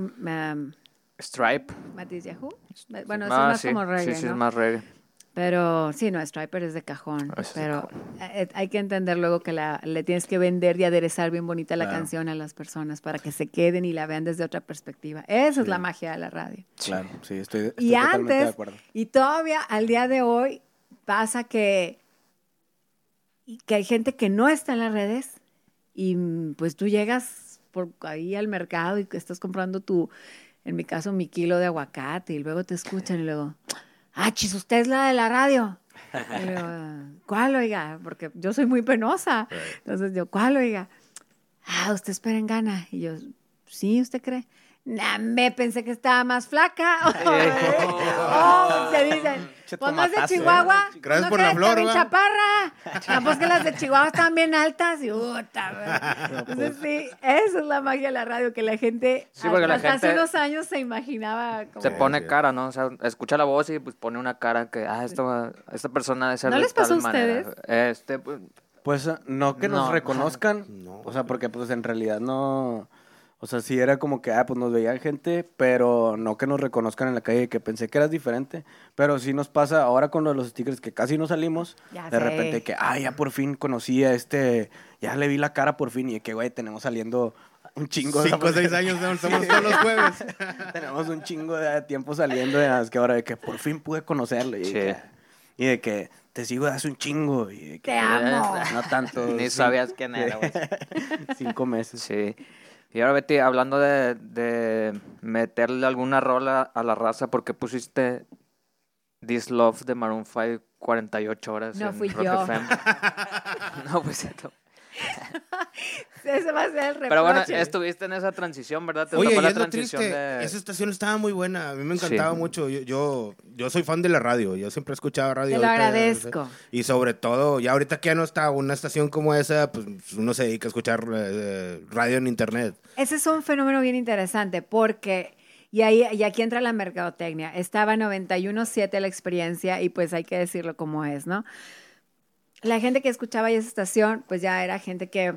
Speaker 2: Stripe.
Speaker 5: Matiz Yahoo. Bueno, eso es más como reggae,
Speaker 2: sí,
Speaker 5: ¿no?
Speaker 2: es más reggae.
Speaker 5: Pero sí, no, Striper es de cajón.
Speaker 2: Es de
Speaker 5: pero
Speaker 2: cajón.
Speaker 5: hay que entender luego que le tienes que vender y aderezar bien bonita la canción a las personas para que se queden y la vean desde otra perspectiva. Esa es la magia de la radio.
Speaker 1: Claro, sí, estoy
Speaker 5: Y
Speaker 1: totalmente de
Speaker 5: antes,
Speaker 1: acuerdo.
Speaker 5: y todavía al día de hoy pasa que hay gente que no está en las redes y pues tú llegas por ahí al mercado y que estás comprando en mi caso, mi kilo de aguacate, y luego te escuchan y luego, chis, ¿usted es la de la radio? Y luego, ¿cuál, oiga? Porque yo soy muy penosa. Entonces yo, ¿cuál, oiga? Usted es Perengana. Y yo, ¿sí, usted cree? Me pensé que estaba más flaca. Oh, te dicen, pues no es de Chihuahua.
Speaker 3: Gracias
Speaker 5: no
Speaker 3: por la flor,
Speaker 5: bien
Speaker 3: ¿va?
Speaker 5: chaparra. No, pues que las de Chihuahua están bien altas. Y entonces sí, esa es la magia de la radio, que la gente,
Speaker 2: Sí, porque la
Speaker 5: hasta hace
Speaker 2: gente
Speaker 5: unos años se imaginaba como...
Speaker 2: se pone cara, ¿no? O sea, escucha la voz y pues pone una cara que, esta persona debe ser
Speaker 5: ¿No
Speaker 2: de
Speaker 5: les pasó
Speaker 2: tal
Speaker 5: a
Speaker 2: manera.
Speaker 5: ustedes?
Speaker 2: Pues,
Speaker 1: Pues no que nos
Speaker 2: No.
Speaker 1: reconozcan,
Speaker 3: No.
Speaker 1: o sea, porque pues en realidad no, o sea, sí era como que, pues nos veían gente, pero no que nos reconozcan en la calle, que pensé que eras diferente, pero sí nos pasa ahora con lo de los stickers que casi no salimos,
Speaker 5: Ya
Speaker 1: de
Speaker 5: sé.
Speaker 1: repente que, ya por fin conocí a ya le vi la cara por fin, y que, güey, tenemos saliendo un chingo.
Speaker 3: 5 o 6 años, estamos todos los jueves.
Speaker 1: Tenemos un chingo de tiempo saliendo, de que ahora de que por fin pude conocerlo, y de que te sigo de hace un chingo. Y de que,
Speaker 5: Te amo.
Speaker 1: No tanto.
Speaker 2: Ni sabías quién era, güey.
Speaker 1: 5 meses.
Speaker 2: Sí. Y ahora, Betty, hablando de meterle alguna rola a la raza, ¿por qué pusiste This Love de Maroon 5 48 horas
Speaker 5: No
Speaker 2: en
Speaker 5: fui
Speaker 2: Rock
Speaker 5: yo.
Speaker 2: FM? No, pues esto.
Speaker 5: Ese va a ser el reproche.
Speaker 2: Pero bueno, estuviste en esa transición, ¿verdad? Te
Speaker 3: Oye,
Speaker 2: tocó
Speaker 3: y
Speaker 2: la
Speaker 3: es lo
Speaker 2: transición
Speaker 3: triste,
Speaker 2: de...
Speaker 3: esa estación estaba muy buena, a mí me encantaba
Speaker 2: Sí.
Speaker 3: mucho, yo soy fan de la radio, yo siempre he escuchado radio.
Speaker 5: Te lo
Speaker 3: ahorita,
Speaker 5: agradezco.
Speaker 3: Y sobre todo, ya ahorita que ya no está una estación como esa, pues uno se dedica a escuchar radio en internet.
Speaker 5: Ese es un fenómeno bien interesante porque, y aquí entra la mercadotecnia, estaba 91.7 la experiencia y pues hay que decirlo como es, ¿no? La gente que escuchaba esa estación, pues ya era gente que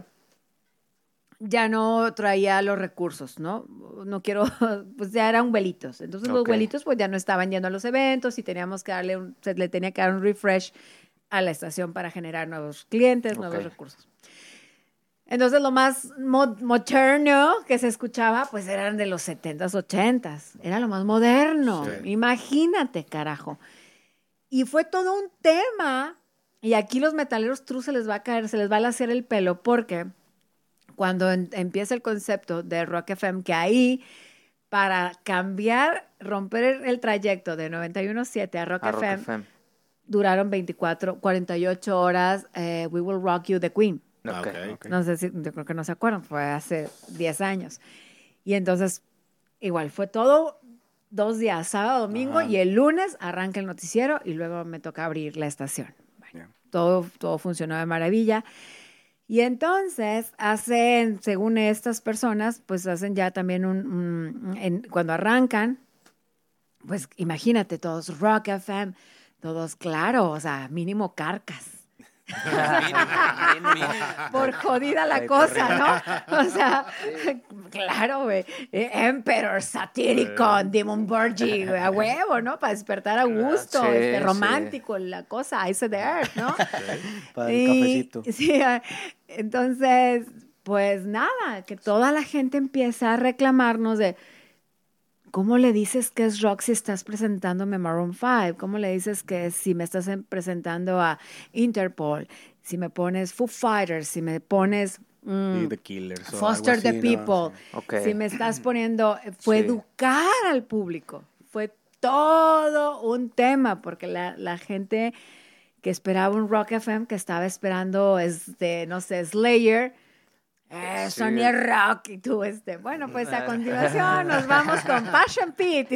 Speaker 5: ya no traía los recursos, ¿no? No quiero, pues ya eran vuelitos. Entonces los
Speaker 2: Ok.
Speaker 5: vuelitos pues ya no estaban yendo a los eventos y teníamos que se le tenía que dar un refresh a la estación para generar nuevos clientes, nuevos
Speaker 2: Ok.
Speaker 5: recursos. Entonces lo más moderno que se escuchaba pues eran de los 70s, 80s. Era lo más moderno.
Speaker 3: Sí.
Speaker 5: Imagínate, carajo. Y fue todo un tema. Y aquí los metaleros true se les va a caer, se les va a lacer el pelo porque cuando empieza el concepto de Rock FM, que ahí para cambiar, romper el trayecto de 91.7 a Rock
Speaker 2: a Rock
Speaker 5: FM,
Speaker 2: FM.
Speaker 5: duraron 48 horas We Will Rock You de Queen.
Speaker 2: Ok.
Speaker 3: Ok.
Speaker 5: No sé si, yo creo que no se acuerdan, fue hace 10 años. Y entonces, igual, fue todo 2 días, sábado, domingo,
Speaker 1: Ajá.
Speaker 5: y el lunes arranca el noticiero y luego me toca abrir la estación. Bueno,
Speaker 1: Ya.
Speaker 5: todo funcionó de maravilla. Y entonces hacen, según estas personas, pues hacen ya también cuando arrancan, pues imagínate, todos Rock FM, todos, claro, o sea, mínimo Carcas. Por jodida la cosa, ¿no? O sea, claro, güey. Emperor, Satyricon, Demon Borgi, güey, a huevo, ¿no? Para despertar a gusto,
Speaker 2: Sí,
Speaker 5: romántico, la cosa, Ice of the Earth, ¿no?
Speaker 1: Para el cafecito.
Speaker 5: Sí, entonces, pues nada, que toda la gente empieza a reclamarnos de ¿cómo le dices que es rock si estás presentándome Maroon 5? ¿Cómo le dices que si me estás presentando a Interpol? Si me pones Foo Fighters, si me pones
Speaker 1: Y The Killers. o
Speaker 5: Foster
Speaker 1: algo
Speaker 5: the
Speaker 1: así, ¿no?
Speaker 5: People,
Speaker 1: Sí.
Speaker 2: Ok.
Speaker 5: si me estás poniendo, fue
Speaker 2: Sí.
Speaker 5: educar al público, fue todo un tema, porque la gente que esperaba un Rock FM, que estaba esperando, no sé, Slayer, eso
Speaker 2: Sí.
Speaker 5: ni es rock, y tú, bueno, pues a continuación nos vamos con Passion Pit.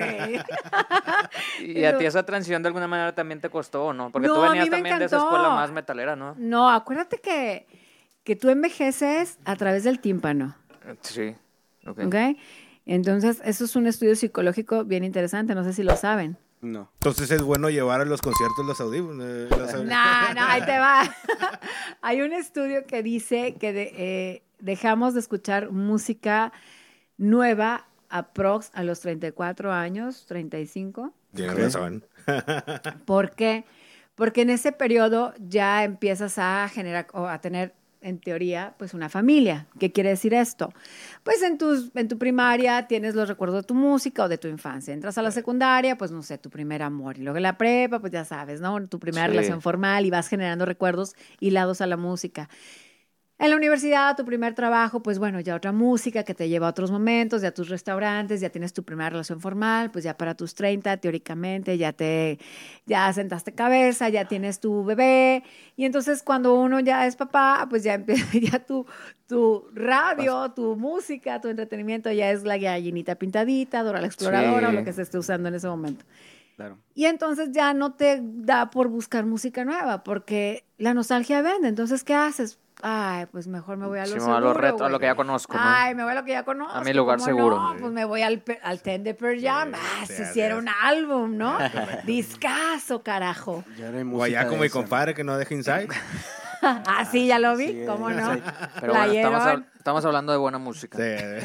Speaker 2: ¿Y a ti esa transición de alguna manera también te costó o no? Porque
Speaker 5: No,
Speaker 2: tú
Speaker 5: a
Speaker 2: venías
Speaker 5: mí me
Speaker 2: también de esa
Speaker 5: encantó.
Speaker 2: escuela más metalera, ¿no?
Speaker 5: No, acuérdate que tú envejeces a través del tímpano,
Speaker 2: Sí. Ok.
Speaker 5: ¿ok? Entonces, eso es un estudio psicológico bien interesante, no sé si lo saben.
Speaker 1: No.
Speaker 3: Entonces es bueno llevar a los conciertos los audífonos.
Speaker 5: No, ahí te va. Hay un estudio que dice que dejamos de escuchar música nueva aprox a los 34 años, 35.
Speaker 3: Tienes razón.
Speaker 5: ¿Por qué? Porque en ese periodo ya empiezas a generar o a tener, en teoría, pues una familia. ¿Qué quiere decir esto? Pues en tu primaria tienes los recuerdos de tu música o de tu infancia. Entras a la secundaria, pues no sé, tu primer amor. Y luego en la prepa, pues ya sabes, ¿no? Tu primera
Speaker 2: Sí.
Speaker 5: relación formal y vas generando recuerdos hilados a la música. En la universidad, tu primer trabajo, pues bueno, ya otra música que te lleva a otros momentos, ya tus restaurantes, ya tienes tu primera relación formal, pues ya para tus 30, teóricamente, ya sentaste cabeza, ya tienes tu bebé, y entonces cuando uno ya es papá, pues ya empieza, ya tu radio, tu música, tu entretenimiento ya es la gallinita pintadita, Dora la Exploradora, o lo que se esté usando en ese momento.
Speaker 1: Claro.
Speaker 5: Y entonces ya no te da por buscar música nueva, porque la nostalgia vende. Entonces, ¿qué haces? Ay, pues mejor me voy a lo seguro,
Speaker 2: a lo retro, a
Speaker 5: güey.
Speaker 2: lo que ya conozco, ¿no?
Speaker 5: Ay, me voy a lo que ya conozco.
Speaker 2: A mi lugar
Speaker 5: ¿cómo
Speaker 2: seguro.
Speaker 5: No? Pues me voy al Ten de Pearl Jam. Se hicieron un álbum, ¿no? Discazo, carajo.
Speaker 1: Ya no hay
Speaker 3: O
Speaker 1: música
Speaker 3: allá
Speaker 1: de
Speaker 3: como mi
Speaker 1: esa.
Speaker 3: compadre que no deja Inside.
Speaker 5: Ah, sí, ya lo vi.
Speaker 1: Sí,
Speaker 5: ¿Cómo
Speaker 1: ya
Speaker 5: no?
Speaker 1: sé.
Speaker 2: Pero bueno,
Speaker 5: Playerón.
Speaker 2: estamos hablando de buena música.
Speaker 3: Sí.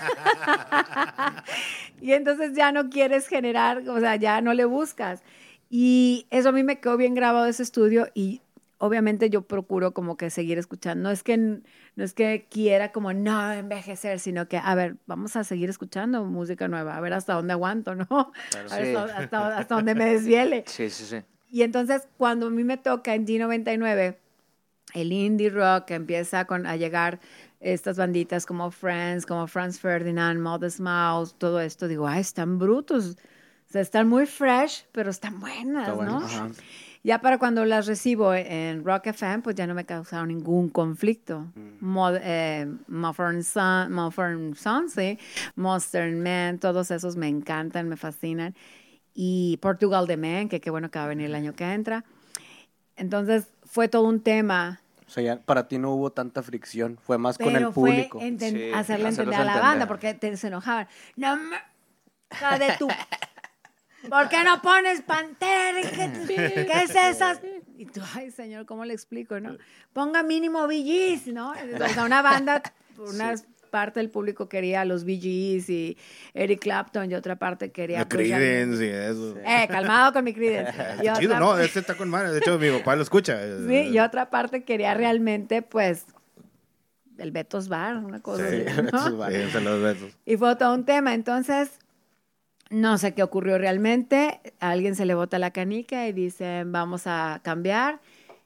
Speaker 5: Y entonces ya no quieres generar, o sea, ya no le buscas. Y eso a mí me quedó bien grabado ese estudio y obviamente yo procuro como que seguir escuchando. No es que quiera como no envejecer, sino que, a ver, vamos a seguir escuchando música nueva, a ver hasta dónde aguanto, ¿no?
Speaker 2: Claro,
Speaker 5: A ver
Speaker 2: sí.
Speaker 5: hasta dónde me desviele.
Speaker 2: Sí, sí, sí.
Speaker 5: Y entonces cuando a mí me toca en G99, el indie rock empieza a llegar estas banditas como Friends, como Franz Ferdinand, Modest Mouse, todo esto, digo, ay, están brutos. O sea, están muy fresh, pero están buenas,
Speaker 1: Está bueno,
Speaker 5: ¿no?
Speaker 1: ajá.
Speaker 5: Ya para cuando las recibo en Rock FM, pues ya no me causaron ningún conflicto. Mumford Sons, sí, Mustard Man, todos esos me encantan, me fascinan. Y Portugal The Man, que qué bueno que va a venir el año que entra. Entonces, fue todo un tema.
Speaker 1: O sea, ya para ti no hubo tanta fricción, fue más con el
Speaker 5: Pero
Speaker 1: público.
Speaker 5: fue
Speaker 2: Sí,
Speaker 5: hacerle
Speaker 2: hacerlos
Speaker 5: entender a la
Speaker 2: entender.
Speaker 5: banda, porque se enojaban. No, hija de tu... ¿Por qué no pones Pantera? ¿Qué es esas? Y tú, ay, señor, ¿cómo le explico, no? Ponga mínimo Bee Gees, ¿no? O sea, una banda, una parte del público quería a los Bee Gees y Eric Clapton y otra parte quería...
Speaker 3: La
Speaker 5: pues, ya-
Speaker 3: Creedence y eso.
Speaker 5: calmado con mi Creedence. Y
Speaker 3: Chido,
Speaker 5: otra-
Speaker 3: no, este está con madre. De hecho, mi papá lo escucha.
Speaker 5: Sí, y otra parte quería realmente, pues, el Betos Bar, una cosa
Speaker 3: Sí,
Speaker 5: así, ¿no?
Speaker 3: Sí, se los besos.
Speaker 5: Y fue todo un tema. Entonces, no sé qué ocurrió realmente. A alguien se le bota la canica y dicen, vamos a cambiar.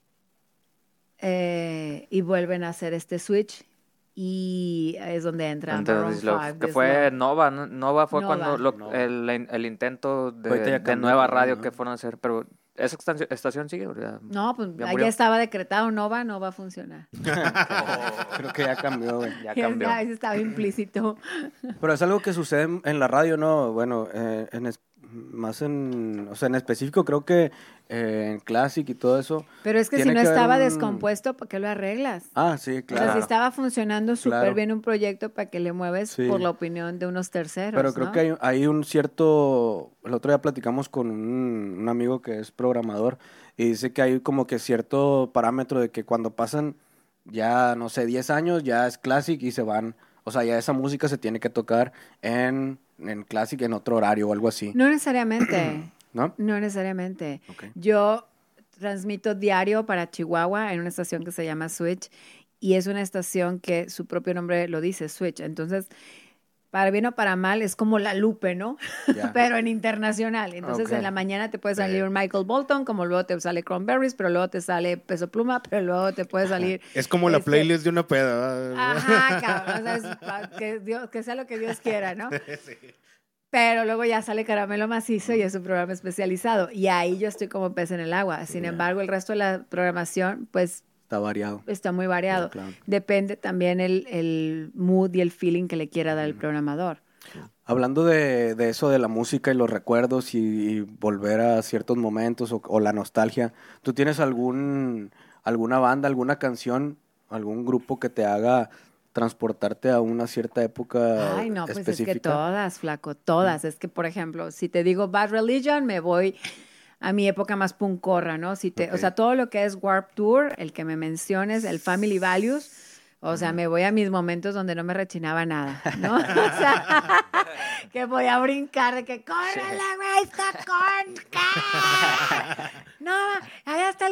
Speaker 5: Y vuelven a hacer este switch. Y es donde entra Maroon
Speaker 2: Entonces,
Speaker 5: 5,
Speaker 2: que
Speaker 5: This
Speaker 2: fue
Speaker 5: Love.
Speaker 2: Nova, ¿no? Nova fue
Speaker 5: Nova.
Speaker 2: cuando
Speaker 1: Nova.
Speaker 2: el intento
Speaker 1: Ahorita ya
Speaker 2: de
Speaker 1: cambió
Speaker 2: nueva
Speaker 1: también,
Speaker 2: radio
Speaker 1: ¿no?
Speaker 2: que fueron a hacer, pero esa estación sigue, ¿verdad?
Speaker 5: No, pues
Speaker 2: Ya
Speaker 5: ahí
Speaker 2: murió.
Speaker 5: ya estaba decretado, no va a funcionar.
Speaker 1: Creo que ya cambió, güey.
Speaker 2: Ya cambió.
Speaker 5: Eso estaba implícito.
Speaker 1: Pero es algo que sucede en la radio, ¿no? Bueno, o sea, en específico creo que en Classic y todo eso.
Speaker 5: Pero es que si
Speaker 1: tiene
Speaker 5: no
Speaker 1: que haber
Speaker 5: estaba
Speaker 1: un-
Speaker 5: descompuesto, ¿para qué lo arreglas?
Speaker 1: Ah, sí,
Speaker 5: O sea,
Speaker 1: claro.
Speaker 5: si estaba funcionando súper
Speaker 1: Claro.
Speaker 5: bien un proyecto, ¿para que le mueves
Speaker 1: Sí.
Speaker 5: por la opinión de unos terceros?
Speaker 1: Pero creo
Speaker 5: ¿no?
Speaker 1: que hay un cierto... El otro día platicamos con un amigo que es programador y dice que hay como que cierto parámetro de que cuando pasan ya, no sé, 10 años, ya es Classic y se van... O sea, ya esa música se tiene que tocar en Classic en otro horario o algo así,
Speaker 5: No necesariamente.
Speaker 1: ¿no?
Speaker 5: No necesariamente.
Speaker 1: Ok.
Speaker 5: Yo transmito diario para Chihuahua en una estación que se llama Switch y es una estación que su propio nombre lo dice, Switch. Entonces, para bien o para mal, es como la Lupe, ¿no?
Speaker 1: Ya.
Speaker 5: Pero en internacional. Entonces,
Speaker 1: Ok.
Speaker 5: en la mañana te puede salir un Michael Bolton, como luego te sale Cranberries, pero luego te sale Peso Pluma, pero luego te puede salir...
Speaker 3: Es como la
Speaker 5: este,
Speaker 3: playlist de una peda. ¿verdad?
Speaker 5: Ajá, cabrón. O sea, que sea lo que Dios quiera, ¿no? Pero luego ya sale Caramelo Macizo y es un programa especializado. Y ahí yo estoy como pez en el agua. Sin embargo, el resto de la programación, pues,
Speaker 1: Está variado.
Speaker 5: está muy variado.
Speaker 1: Claro.
Speaker 5: Depende también el mood y el feeling que le quiera dar el programador.
Speaker 1: Hablando de eso de la música y los recuerdos y volver a ciertos momentos o la nostalgia, ¿tú tienes alguna banda, alguna canción, algún grupo que te haga transportarte a una cierta época
Speaker 5: Ay, no, pues
Speaker 1: específica?
Speaker 5: es que todas, flaco, todas. Es que, por ejemplo, si te digo Bad Religion, me voy a mi época más punkorra, ¿no? O sea, todo lo que es Warped Tour, el que me menciones, el Family Values, o sea, me voy a mis momentos donde no me rechinaba nada, ¿no? O sea, que voy a brincar de que ¡córrele, güey! ¡Está con! No, allá está el...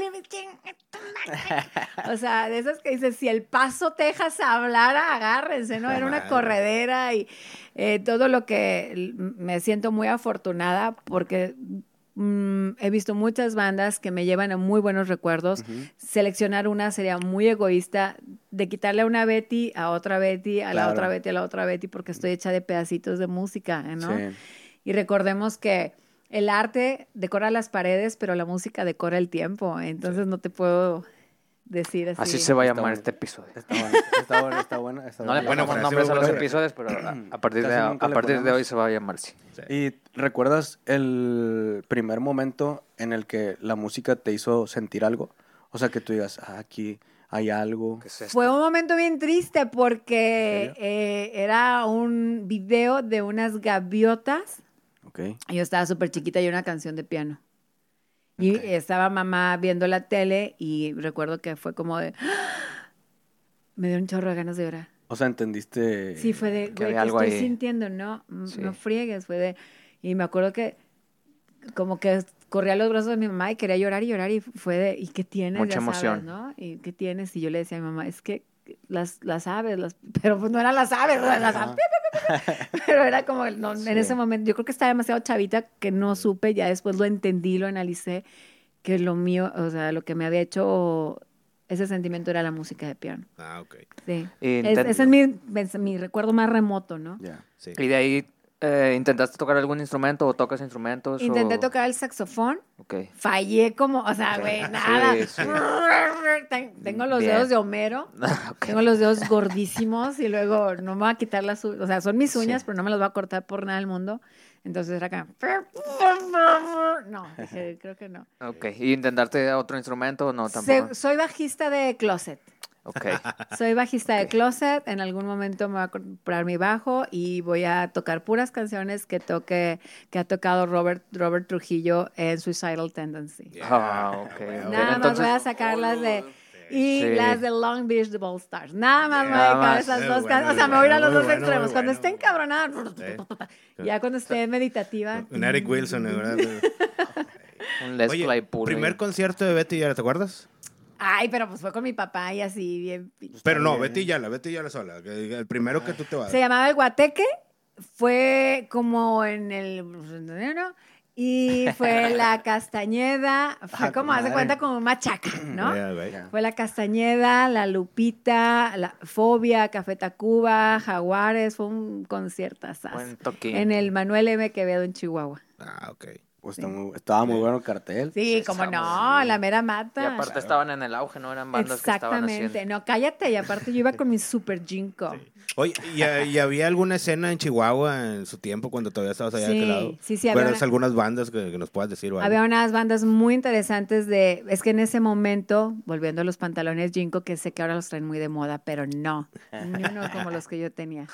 Speaker 5: O sea, de esas que dices, si el Paso, Texas hablara, agárrense, ¿no? Era una corredera y todo lo que me siento muy afortunada porque he visto muchas bandas que me llevan a muy buenos recuerdos. Seleccionar una sería muy egoísta, de quitarle a una Betty, a otra Betty, a la otra Betty, a la otra Betty, porque estoy hecha de pedacitos de música, ¿no?
Speaker 1: Sí.
Speaker 5: Y recordemos que el arte decora las paredes, pero la música decora el tiempo. Entonces no te puedo decir así.
Speaker 2: Así se va a llamar
Speaker 1: bueno.
Speaker 2: este episodio.
Speaker 1: Está bueno.
Speaker 2: No le
Speaker 3: Buena
Speaker 2: ponemos
Speaker 3: frase,
Speaker 2: nombres a los
Speaker 3: buena frase.
Speaker 2: episodios, pero a partir,
Speaker 1: Casi nunca
Speaker 2: a
Speaker 1: le
Speaker 2: partir de
Speaker 1: ponemos.
Speaker 2: hoy se va a llamar así.
Speaker 1: ¿Y recuerdas el primer momento en el que la música te hizo sentir algo? O sea, que tú digas, aquí hay algo.
Speaker 2: ¿Qué es esto?
Speaker 5: Fue un momento bien triste porque era un video de unas gaviotas.
Speaker 1: Ok.
Speaker 5: Yo estaba súper chiquita y una canción de piano. Y estaba mamá viendo la tele y recuerdo que fue como de... ¡Ah! Me dio un chorro de ganas de llorar.
Speaker 1: O sea, ¿entendiste?
Speaker 5: Sí, fue de,
Speaker 2: que
Speaker 5: güey,
Speaker 2: había
Speaker 5: ¿qué
Speaker 2: algo
Speaker 5: estoy
Speaker 2: ahí.
Speaker 5: sintiendo? No,
Speaker 2: Sí.
Speaker 5: no friegues. Fue de... Y me acuerdo que como que corría a los brazos de mi mamá y quería llorar y fue de... ¿Y qué tienes?
Speaker 2: Mucha
Speaker 5: Ya sabes,
Speaker 2: emoción.
Speaker 5: ¿no? ¿Y qué tienes? Y yo le decía a mi mamá, es que las aves, pero pues no eran las aves, eran las aves. Pero era como, no, en ese momento, yo creo que estaba demasiado chavita que no supe, ya después lo entendí, lo analicé, que lo mío, o sea, lo que me había hecho ese sentimiento era la música de piano.
Speaker 3: Ah, ok.
Speaker 5: Sí.
Speaker 2: Y
Speaker 5: Ese es mi recuerdo más remoto, ¿no?
Speaker 1: Ya.
Speaker 3: Sí.
Speaker 2: Y de ahí, ¿intentaste tocar algún instrumento o tocas instrumentos?
Speaker 5: Intenté
Speaker 2: o...
Speaker 5: tocar el saxofón,
Speaker 2: Ok.
Speaker 5: fallé como, o sea, güey, nada.
Speaker 2: sí.
Speaker 5: Tengo los
Speaker 2: Bien.
Speaker 5: dedos de Homero, tengo los dedos gordísimos y luego no me voy a quitar las uñas, o sea, son mis uñas, pero no me las voy a cortar por nada del mundo. Entonces era acá. No, dije, creo que no.
Speaker 2: Ok. ¿Y intentaste otro instrumento o no tampoco?
Speaker 5: Soy bajista de closet.
Speaker 2: Ok.
Speaker 5: Soy bajista de closet. En algún momento me voy a comprar mi bajo y voy a tocar puras canciones que ha tocado Robert Trujillo en Suicidal Tendency.
Speaker 2: Ah, ok.
Speaker 5: Nada más voy a sacar las de... Y
Speaker 2: Sí.
Speaker 5: las de Long Beach The Ball Stars. Nada más me voy a
Speaker 2: Nada
Speaker 5: dedicar a
Speaker 2: más.
Speaker 5: esas
Speaker 3: Muy
Speaker 5: dos
Speaker 3: bueno,
Speaker 5: canciones. O sea,
Speaker 3: muy
Speaker 5: me voy a ir a
Speaker 3: bueno,
Speaker 5: los
Speaker 3: muy
Speaker 5: dos
Speaker 3: bueno,
Speaker 5: extremos.
Speaker 3: muy
Speaker 5: Cuando
Speaker 3: bueno.
Speaker 5: esté encabronada, ya cuando esté meditativa.
Speaker 3: Un Eric Wilson, ¿verdad?
Speaker 2: Un Les
Speaker 3: Oye,
Speaker 2: Claypool.
Speaker 3: primer concierto de Betty Yala, ¿te acuerdas?
Speaker 5: Ay, pero pues fue con mi papá y así bien.
Speaker 3: Pero no, Betty Yala sola. El primero que tú te vas.
Speaker 5: Se llamaba El Guateque. Fue como en el... ¿no? Y fue La Castañeda. Fue como, haz de cuenta, como machaca, ¿no?
Speaker 3: Ya, güey.
Speaker 5: Fue La Castañeda, La Lupita, La Fobia, Café Tacuba, Jaguares. Fue un conciertazo
Speaker 2: Buen toquín.
Speaker 5: en el Manuel M. Quevedo en Chihuahua.
Speaker 3: Ah, ok.
Speaker 1: Pues estaba muy bueno el cartel.
Speaker 5: Sí, como no, la mera
Speaker 2: Y
Speaker 5: mata.
Speaker 2: aparte estaban en el auge, ¿no? Eran bandas que estaban
Speaker 5: Exactamente.
Speaker 2: haciendo.
Speaker 5: No, cállate. Y aparte yo iba con mi super jinko.
Speaker 3: Oye, ¿y había alguna escena en Chihuahua en su tiempo cuando todavía estabas allá de
Speaker 5: Sí,
Speaker 3: aquel lado?
Speaker 5: sí, había
Speaker 3: ¿Cuáles
Speaker 5: una-
Speaker 3: algunas bandas que nos puedas decir? o algo?
Speaker 5: Había unas bandas muy interesantes es que en ese momento, volviendo a los pantalones Jinko, que sé que ahora los traen muy de moda, pero no, ni uno como los que yo tenía.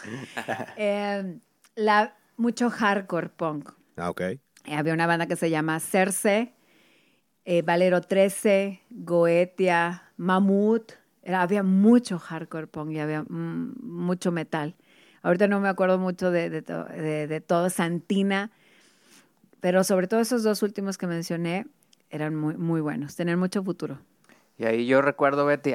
Speaker 5: Mucho hardcore punk.
Speaker 3: Ah, ok.
Speaker 5: Había una banda que se llama Cerce, Valero 13, Goetia, Mamut. Había mucho hardcore punk y había mucho metal. Ahorita no me acuerdo mucho de todo, Santina, pero sobre todo esos dos últimos que mencioné eran muy, muy buenos, tenían mucho futuro.
Speaker 2: Y ahí yo recuerdo, Betty,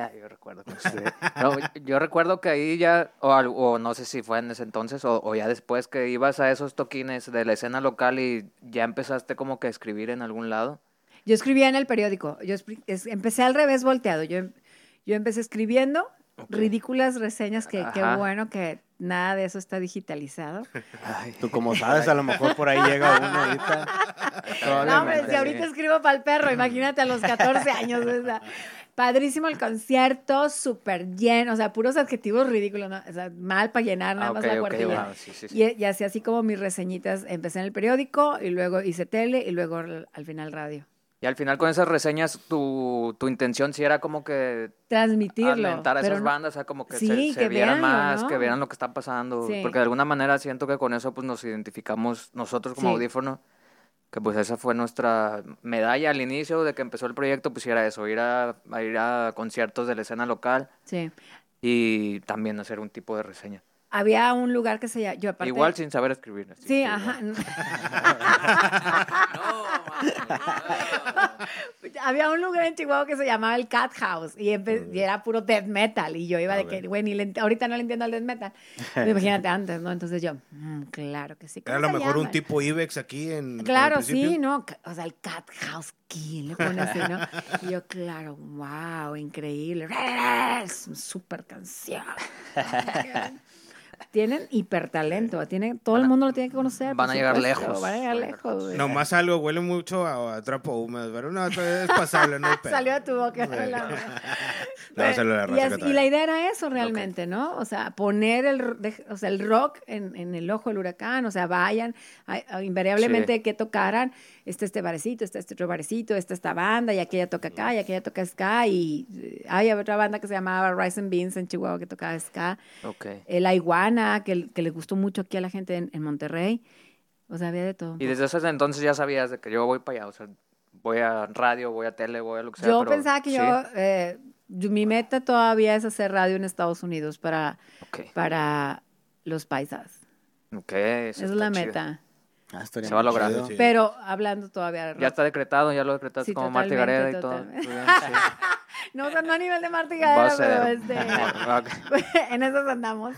Speaker 2: yo recuerdo que ahí ya, o no sé si fue en ese entonces, o ya después que ibas a esos toquines de la escena local y ya empezaste como que a escribir en algún lado.
Speaker 5: Yo escribía en el periódico, empecé al revés volteado, yo empecé escribiendo ridículas reseñas qué
Speaker 2: Ajá.
Speaker 5: bueno que nada de eso está digitalizado.
Speaker 2: Ay,
Speaker 1: Tú como sabes, a lo mejor por ahí llega uno ahorita.
Speaker 5: No, hombre, si ahorita escribo para el perro, imagínate a los 14 años. O sea, padrísimo el concierto, súper lleno, o sea, puros adjetivos ridículos, ¿no? O sea, mal para llenar nada más la cuartilla.
Speaker 2: wow, sí.
Speaker 5: Y hacía así como mis reseñitas, empecé en el periódico y luego hice tele y luego al final radio.
Speaker 2: Y al final con esas reseñas, tu intención sí era como que
Speaker 5: Transmitirlo.
Speaker 2: alentar a
Speaker 5: pero
Speaker 2: esas
Speaker 5: no-
Speaker 2: bandas, o sea, como que
Speaker 5: Sí,
Speaker 2: se
Speaker 5: que
Speaker 2: vieran
Speaker 5: véanlo,
Speaker 2: más,
Speaker 5: ¿no?
Speaker 2: que vieran lo que está pasando.
Speaker 5: Sí.
Speaker 2: Porque de alguna manera siento que con eso pues nos identificamos nosotros como
Speaker 5: Sí.
Speaker 2: Audífono, que pues esa fue nuestra medalla al inicio de que empezó el proyecto, pues era eso, ir a conciertos de la escena local
Speaker 5: Sí.
Speaker 2: y también hacer un tipo de reseña.
Speaker 5: Había un lugar que se llama... Yo aparte,
Speaker 2: Igual sin saber escribir. así
Speaker 5: Sí,
Speaker 2: que,
Speaker 5: ajá.
Speaker 2: No,
Speaker 5: Había un lugar en Chihuahua que se llamaba el Cat House y era puro death metal. Y yo iba de que, güey, ahorita no le entiendo al death metal. Pero imagínate antes, ¿no? Entonces yo, claro que sí.
Speaker 3: Era a lo mejor un tipo Ibex aquí en...
Speaker 5: Claro, sí, ¿no? O sea, el Cat House, ¿quién le pone así, no? Y yo, claro, wow, increíble. Es una súper canción. Tienen hipertalento, todo el mundo lo tiene que conocer.
Speaker 2: Van a llegar lejos.
Speaker 5: Van a llegar lejos, güey.
Speaker 3: Nomás algo, huele mucho a trapo húmedo, pero no, es pasable, no hay pedo.
Speaker 5: Salió de tu boca.
Speaker 3: No, salió de la raza que
Speaker 5: y la idea era eso realmente, ¿no? O sea, poner el rock en el ojo del huracán, o sea, vayan, invariablemente que tocaran, este barecito, este otro barecito, esta banda, y aquella toca acá, y aquella toca ska, y hay otra banda que se llamaba Rice and Beans en Chihuahua que tocaba ska. La Iguana, que le gustó mucho aquí a la gente en Monterrey. O sea, había de todo.
Speaker 2: Y desde ese entonces ya sabías de que yo voy para allá, o sea, voy a radio, voy a tele, voy a lo que sea.
Speaker 5: Yo pensaba que mi meta todavía es hacer radio en Estados Unidos para los paisas.
Speaker 2: Esa
Speaker 5: es la meta.
Speaker 2: Se va a lograr.
Speaker 5: Sí. Pero hablando todavía de rock.
Speaker 2: Ya está decretado, ya lo decretaste como Marta Gareda y todo.
Speaker 5: No, o sea, no a nivel de Marta Gareda, pero en eso andamos.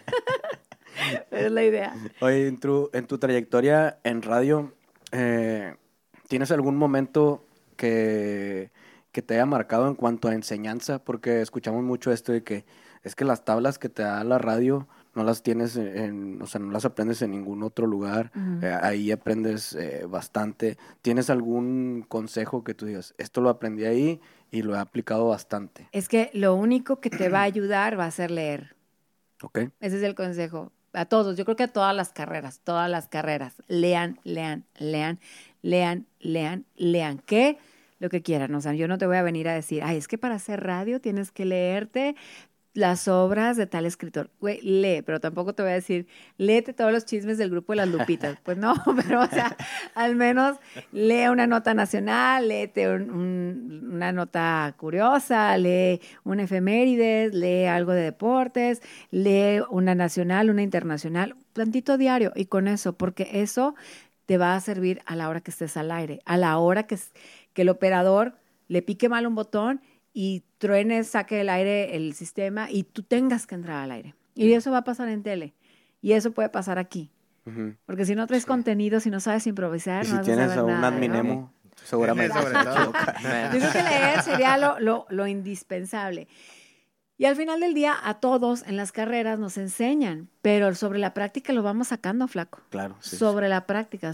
Speaker 5: Es la idea.
Speaker 1: Oye, en tu trayectoria en radio, ¿tienes algún momento que te haya marcado en cuanto a enseñanza? Porque escuchamos mucho esto de que es que las tablas que te da la radio no las tienes o sea, no las aprendes en ningún otro lugar. Ahí aprendes bastante. ¿Tienes algún consejo que tú digas, esto lo aprendí ahí y lo he aplicado bastante?
Speaker 5: Es que lo único que te va a ayudar va a ser leer.
Speaker 1: Ok.
Speaker 5: Ese es el consejo. A todos, yo creo que a todas las carreras. Lean. ¿Qué? Lo que quieran. O sea, yo no te voy a venir a decir, es que para hacer radio tienes que leerte las obras de tal escritor. Güey, lee, pero tampoco te voy a decir, léete todos los chismes del grupo de las Lupitas. Pues no, pero o sea, al menos lee una nota nacional, léete una nota curiosa, lee un efemérides, lee algo de deportes, lee una nacional, una internacional, tantito diario, y con eso, porque eso te va a servir a la hora que estés al aire, a la hora que el operador le pique mal un botón y truene, saque del aire el sistema y tú tengas que entrar al aire. Y eso va a pasar en tele. Y eso puede pasar aquí. Porque si no traes contenido, si no sabes improvisar,
Speaker 1: y
Speaker 5: no vas
Speaker 1: si tienes
Speaker 5: a saber
Speaker 1: un
Speaker 5: nada,
Speaker 1: adminemo,
Speaker 5: ¿no?
Speaker 1: seguramente.
Speaker 5: Yo creo que leer sería lo indispensable. Y al final del día, a todos en las carreras nos enseñan, pero sobre la práctica lo vamos sacando, flaco.
Speaker 1: Claro. Sí,
Speaker 5: sobre la práctica.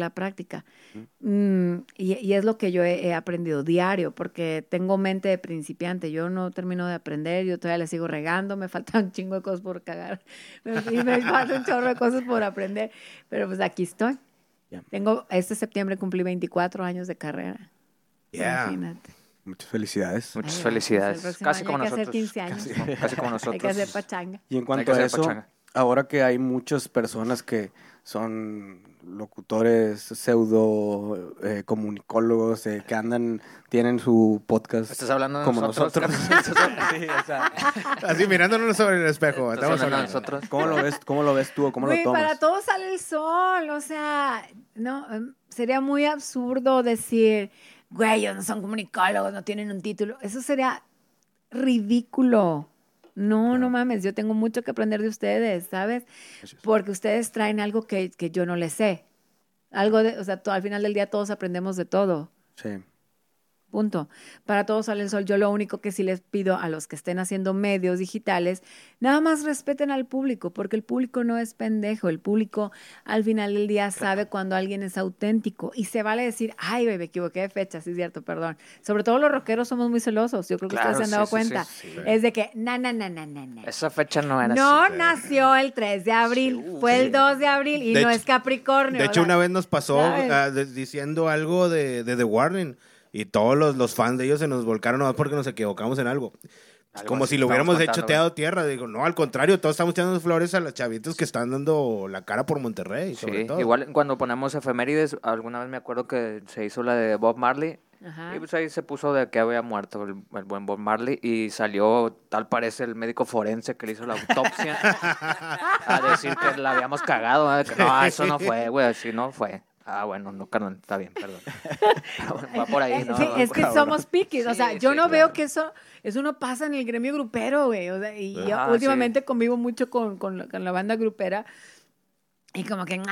Speaker 5: Y es lo que yo he aprendido diario, porque tengo mente de principiante. Yo no termino de aprender, yo todavía le sigo regando, me faltan un chingo de cosas por cagar. Me falta un chorro de cosas por aprender, pero pues aquí estoy.
Speaker 1: Yeah.
Speaker 5: Este septiembre cumplí 24 años de carrera.
Speaker 3: Yeah.
Speaker 5: Imagínate.
Speaker 1: Muchas felicidades.
Speaker 2: Muchas felicidades. Casi como nosotros.
Speaker 5: Hay que hacer 15 años.
Speaker 2: Casi como nosotros.
Speaker 5: Hay que hacer pachanga.
Speaker 1: Y en cuanto a eso, ahora que hay muchas personas que son locutores, pseudo comunicólogos, que tienen su podcast.
Speaker 2: ¿Estás hablando de
Speaker 1: como
Speaker 2: nosotros?
Speaker 1: Sí, o sea,
Speaker 3: así mirándonos sobre el espejo.
Speaker 2: ¿Estás hablando de nosotros?
Speaker 1: ¿Cómo lo ves tú o cómo lo tomas?
Speaker 5: Para todos sale el sol, o sea, no, sería muy absurdo decir, güey, ellos no son comunicólogos, no tienen un título. Eso sería ridículo. No mames, yo tengo mucho que aprender de ustedes, ¿sabes? Porque ustedes traen algo que yo no les sé. O sea, al final del día todos aprendemos de todo.
Speaker 1: Sí.
Speaker 5: Punto. Para todos sale el sol. Yo lo único que sí les pido a los que estén haciendo medios digitales, nada más respeten al público, porque el público no es pendejo. El público al final del día sabe cuando alguien es auténtico y se vale decir, ay, me equivoqué de fecha, sí es cierto, perdón. Sobre todo los rockeros somos muy celosos. Yo creo que ustedes se han dado cuenta. Sí. Es de que, na.
Speaker 2: Esa fecha no era
Speaker 5: no
Speaker 2: así.
Speaker 5: nació el 3 de abril, fue el 2 de abril y no es Capricornio.
Speaker 3: De hecho, una vez nos pasó diciendo algo de The Warning. Y todos los fans de ellos se nos volcaron nomás porque nos equivocamos en algo. Como si lo hubiéramos hecho teado tierra. Digo, no, al contrario, todos estamos tirando flores a los chavitos que están dando la cara por Monterrey, sobre todo.
Speaker 2: Igual cuando ponemos efemérides, alguna vez me acuerdo que se hizo la de Bob Marley.
Speaker 5: Ajá.
Speaker 2: Y pues ahí se puso de que había muerto el buen Bob Marley y salió, tal parece, el médico forense que le hizo la autopsia a decir que la habíamos cagado. Que no, eso no fue, güey, así no fue. Ah, bueno, no, carnal, está bien, perdón. Va por ahí, ¿no?
Speaker 5: Sí, es que somos piquis, o sea,
Speaker 2: Sí,
Speaker 5: yo
Speaker 2: sí,
Speaker 5: no
Speaker 2: claro.
Speaker 5: veo que eso no pasa en el gremio grupero, güey, o sea, y yo
Speaker 2: Ah,
Speaker 5: últimamente convivo mucho con la banda grupera, y como que,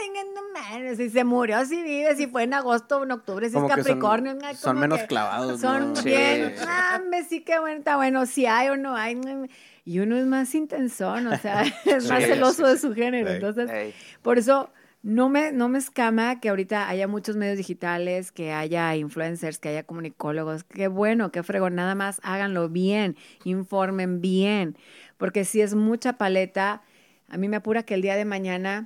Speaker 5: no, si se murió, si vive, si fue en agosto o en octubre, si
Speaker 1: Como
Speaker 5: es
Speaker 1: que son-
Speaker 5: Capricornio,
Speaker 1: son
Speaker 5: como
Speaker 1: menos
Speaker 5: que
Speaker 1: clavados,
Speaker 5: son
Speaker 1: ¿no?
Speaker 5: bien,
Speaker 2: Sí.
Speaker 5: sí que bueno, está bueno, si hay o no hay, y uno es más intensón, o sea, es más
Speaker 2: Sí,
Speaker 5: celoso
Speaker 2: sí,
Speaker 5: de su género,
Speaker 3: Sí.
Speaker 5: entonces...
Speaker 2: Ey.
Speaker 5: Por eso no me escama que ahorita haya muchos medios digitales, que haya influencers, que haya comunicólogos. Qué bueno, qué fregón. Nada más háganlo bien, informen bien. Porque si es mucha paleta, a mí me apura que el día de mañana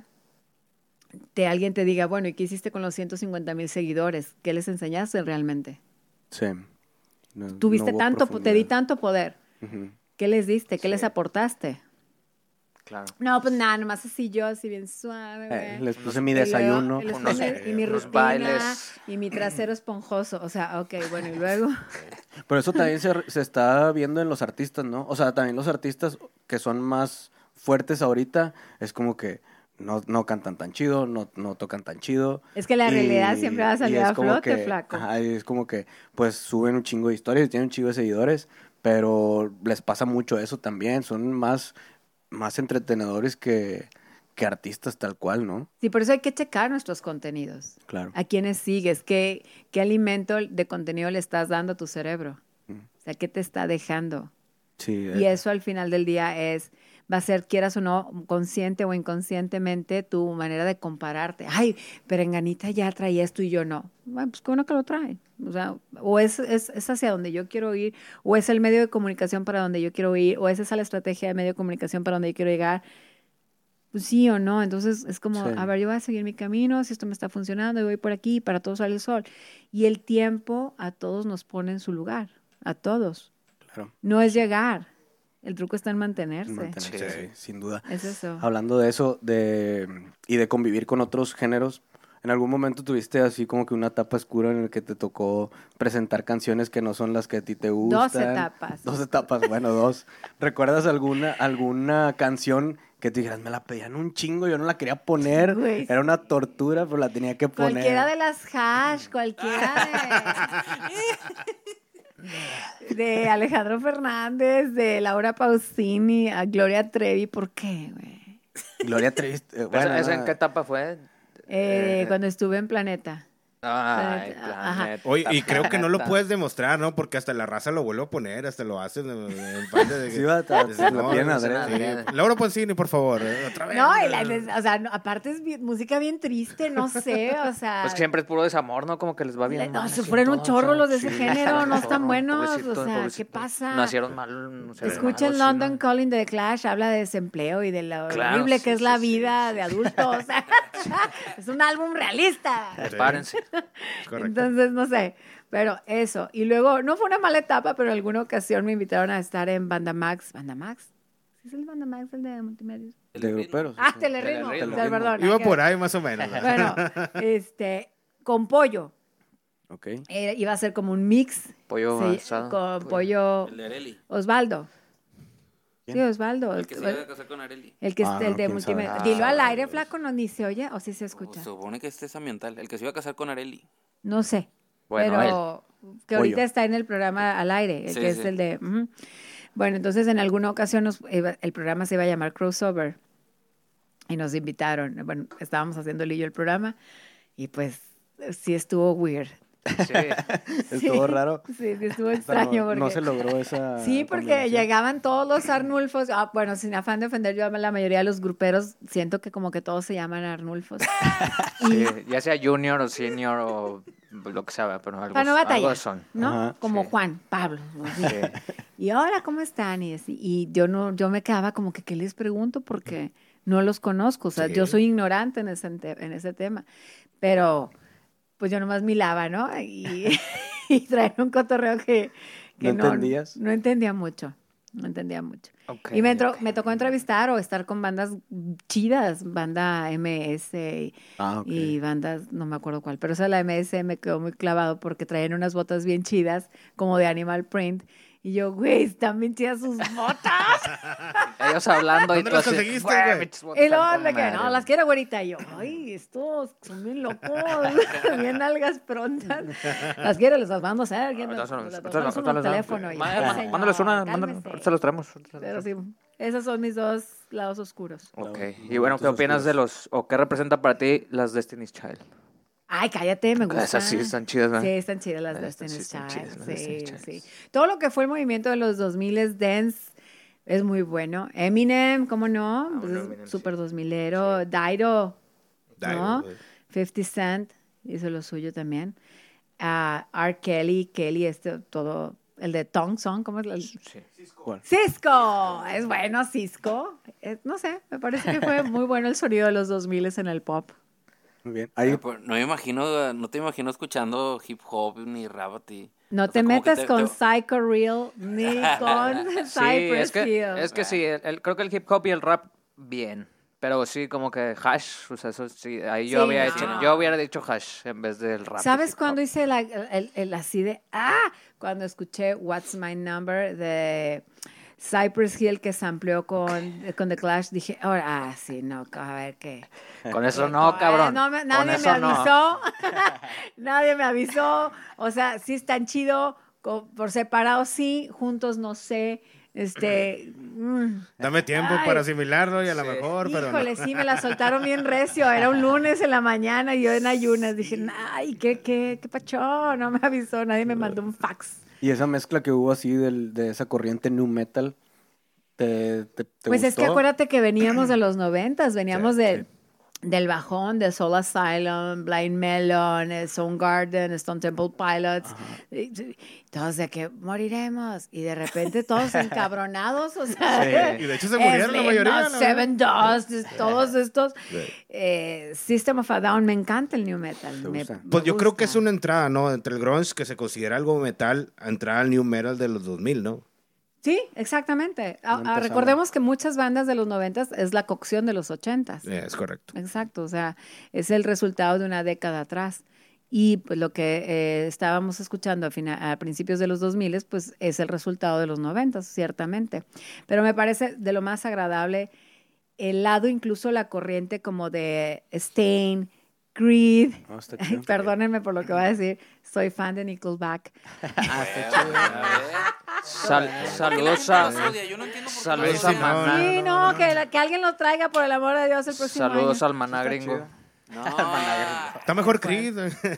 Speaker 5: alguien te diga, bueno, ¿y qué hiciste con los 150,000 seguidores? ¿Qué les enseñaste realmente?
Speaker 1: Sí. No
Speaker 5: Tuviste
Speaker 1: hubo
Speaker 5: tanto, te di
Speaker 1: profundidad.
Speaker 5: tanto poder.
Speaker 1: Ujú.
Speaker 5: ¿Qué les diste? ¿Qué les
Speaker 2: Sí.
Speaker 5: aportaste?
Speaker 2: Claro.
Speaker 5: No, pues nada, nomás así yo, así bien suave, güey.
Speaker 1: Les puse mi
Speaker 5: Y luego,
Speaker 1: desayuno.
Speaker 5: y les
Speaker 2: unos-
Speaker 5: puse- y mi
Speaker 2: unos
Speaker 5: rutina,
Speaker 2: bailes.
Speaker 5: y mi trasero esponjoso. O sea, ok, bueno, y luego.
Speaker 1: Pero eso también se está viendo en los artistas, ¿no? O sea, también los artistas que son más fuertes ahorita, es como que no cantan tan chido, no tocan tan chido.
Speaker 5: Es que la realidad siempre va a salir
Speaker 1: y es
Speaker 5: a
Speaker 1: como
Speaker 5: flote,
Speaker 1: que,
Speaker 5: flaco.
Speaker 1: ajá, y es como que, pues, suben un chingo de historias, tienen un chingo de seguidores, pero les pasa mucho eso también. Son más entretenedores que artistas tal cual, ¿no?
Speaker 5: Sí, por eso hay que checar nuestros contenidos.
Speaker 1: Claro.
Speaker 5: ¿A quiénes sigues? ¿Qué alimento de contenido le estás dando a tu cerebro? O sea, ¿qué te está dejando?
Speaker 1: Sí.
Speaker 5: Y eso al final del día va a ser, quieras o no, consciente o inconscientemente, tu manera de compararte. Ay, Perenganita ya trae esto y yo no. Bueno, pues qué bueno que lo trae. O sea, o es hacia donde yo quiero ir, o es el medio de comunicación para donde yo quiero ir, o es esa la estrategia de medio de comunicación para donde yo quiero llegar. Pues sí o no. Entonces es como,
Speaker 1: Sí.
Speaker 5: a ver, yo voy a seguir mi camino, si esto me está funcionando, yo voy por aquí, para todos sale el sol. Y el tiempo a todos nos pone en su lugar, a todos.
Speaker 1: Claro.
Speaker 5: No es llegar. El truco está en mantenerse.
Speaker 1: Mantenerse,
Speaker 2: Sí.
Speaker 1: sí, sin duda.
Speaker 5: Es eso.
Speaker 1: Hablando de eso y de convivir con otros géneros, ¿en algún momento tuviste así como que una etapa oscura en la que te tocó presentar canciones que no son las que a ti te gustan?
Speaker 5: 2 etapas.
Speaker 1: 2 etapas, bueno, 2. ¿Recuerdas alguna canción que te dijeras, me la pedían un chingo, yo no la quería poner,
Speaker 5: Güey,
Speaker 1: era una tortura, pero la tenía que poner?
Speaker 5: Cualquiera de las hash, cualquiera de Alejandro Fernández, de Laura Pausini, a Gloria Trevi. ¿Por qué, güey?
Speaker 1: Gloria Trevi,
Speaker 2: ¿Esa,
Speaker 1: bueno,
Speaker 2: esa en
Speaker 1: era-
Speaker 2: qué etapa fue?
Speaker 5: Cuando estuve en Planeta.
Speaker 2: Ay,
Speaker 5: Ajá.
Speaker 2: Planeta.
Speaker 3: Oye, y creo que no lo
Speaker 2: Planeta.
Speaker 3: puedes demostrar, ¿no? Porque hasta la raza lo vuelve a poner, hasta lo hacen en parte de que...
Speaker 1: Sí, va, lo tienen
Speaker 3: no,
Speaker 1: adrede.
Speaker 3: sí. Laura Pausini, por favor, otra vez.
Speaker 5: No, o sea, aparte es música bien triste, no sé, o sea.
Speaker 2: Pues que siempre es puro desamor, ¿no? Como que les va bien
Speaker 5: No,
Speaker 2: mal.
Speaker 5: sufren un chorro los de ese
Speaker 2: Sí,
Speaker 5: género, no están
Speaker 2: chorro,
Speaker 5: buenos,
Speaker 2: pobrecito,
Speaker 5: o sea, ¿qué
Speaker 2: pobrecito.
Speaker 5: pasa?
Speaker 2: Nacieron mal.
Speaker 5: Escuchen London Calling de The Clash, habla de desempleo y de lo
Speaker 2: Claro,
Speaker 5: horrible
Speaker 2: sí,
Speaker 5: que es
Speaker 2: sí,
Speaker 5: la
Speaker 2: sí,
Speaker 5: vida
Speaker 2: sí,
Speaker 5: de
Speaker 2: sí.
Speaker 5: adultos. Es un álbum realista.
Speaker 2: Prepárense.
Speaker 3: Correcto.
Speaker 5: Entonces, no sé, pero eso. Y luego, no fue una mala etapa, pero en alguna ocasión me invitaron a estar en Banda Max. ¿Banda Max? ¿Sí es el Banda Max, el de multimedios?
Speaker 1: de gruperos.
Speaker 5: Ah,
Speaker 1: sí.
Speaker 5: Telerritmo.
Speaker 2: Telerritmo.
Speaker 5: Perdón.
Speaker 3: Iba por ahí más o menos. ¿no?
Speaker 5: Bueno, con pollo.
Speaker 1: Ok.
Speaker 5: Iba a ser como un mix.
Speaker 2: Pollo
Speaker 5: Sí,
Speaker 2: asado.
Speaker 5: con pollo.
Speaker 4: El de Areli.
Speaker 5: Osvaldo.
Speaker 1: ¿Quién?
Speaker 5: Sí, Osvaldo.
Speaker 4: El que se iba a casar con Areli.
Speaker 5: El que
Speaker 1: Ah,
Speaker 5: el
Speaker 1: no,
Speaker 5: de
Speaker 1: quién
Speaker 5: multimedia.
Speaker 1: sabe.
Speaker 5: Dilo al
Speaker 2: Ah,
Speaker 5: aire,
Speaker 2: pues.
Speaker 5: flaco, no ni se oye o sí se escucha.
Speaker 4: Se supone que este es ambiental. El que se iba a casar con Areli.
Speaker 5: No sé.
Speaker 2: Bueno,
Speaker 5: pero que ahorita
Speaker 1: Pollo.
Speaker 5: está en el programa al aire, el
Speaker 4: Sí,
Speaker 5: que es
Speaker 4: sí.
Speaker 5: el de. Ujú. Bueno, entonces en alguna ocasión el programa se iba a llamar Crossover y nos invitaron. Bueno, estábamos haciendo Lillo el programa y pues sí estuvo weird.
Speaker 2: Sí.
Speaker 1: Estuvo raro.
Speaker 5: Sí, sí estuvo
Speaker 1: O sea,
Speaker 5: extraño.
Speaker 1: no
Speaker 5: porque...
Speaker 1: se logró esa
Speaker 5: Sí, porque
Speaker 1: combinación.
Speaker 5: llegaban todos los Arnulfos. Bueno, sin afán de ofender, yo a la mayoría de los gruperos siento que como que todos se llaman Arnulfos.
Speaker 2: Sí, ya sea junior o senior o lo que sea, pero algo,
Speaker 5: Para no
Speaker 2: algo
Speaker 5: batallar,
Speaker 2: son.
Speaker 5: ¿no?
Speaker 1: Ajá,
Speaker 5: Como
Speaker 2: sí.
Speaker 5: Juan, Pablo. así.
Speaker 2: Sí.
Speaker 5: Y ahora, ¿cómo están? Y, así. Y yo me quedaba como que, ¿qué les pregunto? Porque no los conozco. O sea,
Speaker 3: Sí.
Speaker 5: yo soy ignorante en ese tema. Pero, pues yo nomás milaba, ¿no? Y traer un cotorreo que
Speaker 1: ¿No entendías?
Speaker 5: No entendía mucho. No entendía mucho.
Speaker 2: Ok,
Speaker 5: Y me
Speaker 2: ok.
Speaker 5: tocó entrevistar o estar con bandas chidas, banda MS
Speaker 1: Ah, ok.
Speaker 5: y bandas, no me acuerdo cuál, pero esa de la MS me quedó muy clavado porque traían unas botas bien chidas, como de Animal Print, Y yo, güey, están bien chidas sus botas.
Speaker 2: Ellos hablando y
Speaker 3: ¿Dónde
Speaker 2: tú
Speaker 3: las
Speaker 2: así,
Speaker 3: conseguiste,
Speaker 2: "Güey,
Speaker 3: güey?"
Speaker 2: pinches botas
Speaker 5: Y luego
Speaker 2: están
Speaker 5: de
Speaker 2: con
Speaker 5: que,
Speaker 2: madre,
Speaker 5: no,
Speaker 2: güey".
Speaker 5: las quiero, güerita. Y yo, ay, estos son bien locos. Bien algas prontas. Las quiero, les las mando a hacer. Damos un teléfono. Y, señor,
Speaker 2: Mándalos una,
Speaker 5: cálmese.
Speaker 2: se los traemos.
Speaker 5: Pero sí, esos son mis dos lados oscuros.
Speaker 2: Ok,
Speaker 1: Los
Speaker 2: y bueno, ¿qué
Speaker 1: momentos
Speaker 2: opinas de
Speaker 1: oscuros.
Speaker 2: o qué representa para ti las Destiny's Child?
Speaker 5: Ay, cállate, me gusta.
Speaker 2: Esas sí están chidas, ¿verdad?
Speaker 5: Sí, están chidas las
Speaker 2: Estas sí
Speaker 5: Destiny's
Speaker 2: están
Speaker 5: Child.
Speaker 2: chidas, las
Speaker 5: Sí,
Speaker 2: Destiny's
Speaker 5: sí.
Speaker 2: Child.
Speaker 5: Todo lo que fue el movimiento de los 2000 dance es muy bueno. Eminem, ¿cómo no? Pues
Speaker 2: bueno,
Speaker 5: es
Speaker 2: Eminem,
Speaker 5: súper
Speaker 2: sí.
Speaker 5: 2000ero. Dairo, ¿no?
Speaker 3: güey.
Speaker 5: 50 Cent hizo lo suyo también. R. Kelly, todo, el de Tongue Song, ¿cómo es?
Speaker 2: Sí.
Speaker 1: ¿Cuál?
Speaker 5: Cisco, es bueno Cisco. No sé, me parece que fue muy bueno el sonido de los 2000 en el pop.
Speaker 1: Muy bien. Ahí,
Speaker 4: Pues, no te imagino escuchando hip hop ni rap a ti.
Speaker 5: No
Speaker 4: O
Speaker 5: te
Speaker 4: sea, como que
Speaker 5: metas con Psycho Real ni con
Speaker 2: Sí,
Speaker 5: Cypress Hill.
Speaker 2: es que sí, creo que el hip hop y el rap, bien. Pero sí, como que hash, o sea, eso sí, ahí yo
Speaker 5: Sí,
Speaker 2: había
Speaker 5: no.
Speaker 2: hecho, yo hubiera dicho hash en vez del rap.
Speaker 5: ¿Sabes
Speaker 2: hip hop.
Speaker 5: cuándo hice el así de cuando escuché What's My Number de Cypress Hill que sampleó con The Clash? Dije, ahora, sí, no, a ver qué.
Speaker 2: Con eso no, cabrón.
Speaker 5: Nadie
Speaker 2: Con
Speaker 5: me
Speaker 2: eso no.
Speaker 5: avisó. Nadie me avisó. O sea, sí están chido. Por separado sí, juntos no sé.
Speaker 3: Dame tiempo
Speaker 5: Ay.
Speaker 3: para asimilarlo y a lo
Speaker 2: Sí.
Speaker 3: mejor, pero no.
Speaker 5: Híjole, sí, me la soltaron bien recio. Era un lunes en la mañana y yo en ayunas. Dije, ay, ¿qué pacho? No me avisó, nadie me mandó un fax.
Speaker 1: y esa mezcla que hubo así de esa corriente nu metal, ¿te
Speaker 5: Pues es que
Speaker 1: gustó?
Speaker 5: acuérdate que veníamos de los 90, veníamos
Speaker 3: Sí,
Speaker 5: del bajón de Soul Asylum, Blind Melon, Soundgarden, Stone Temple Pilots, y todos de que moriremos, y de repente todos encabronados, o sea,
Speaker 3: Sí, y de hecho se murieron la mayoría,
Speaker 5: Slipknot,
Speaker 3: ¿no?
Speaker 5: Seven Dust, todos estos. System of a Down, me encanta el new metal.
Speaker 1: ¿Te gusta?
Speaker 3: Pues yo creo que es
Speaker 5: gusta.
Speaker 3: una entrada, ¿no? Entre el grunge, que se considera algo metal, a entrar al new metal de los 2000, ¿no?
Speaker 5: Sí, exactamente.
Speaker 1: empezamos.
Speaker 5: Recordemos que muchas bandas de los 90 es la cocción de los 80.
Speaker 3: Es correcto.
Speaker 5: Exacto, o sea, es el resultado de una década atrás. Y pues lo que estábamos escuchando a principios de los 2000, pues es el resultado de los 90, ciertamente. Pero me parece de lo más agradable el lado, incluso la corriente como de Staind, Creed.
Speaker 1: No, está chido.
Speaker 5: Perdónenme por lo que voy a decir, soy fan de Nickelback.
Speaker 2: Saludos a saludos a
Speaker 3: Sí,
Speaker 2: Maná.
Speaker 5: Sí, no, que alguien lo traiga por el amor de Dios el próximo
Speaker 2: Saludos
Speaker 5: año.
Speaker 2: al Maná gringo.
Speaker 4: No,
Speaker 3: Está mejor Creed.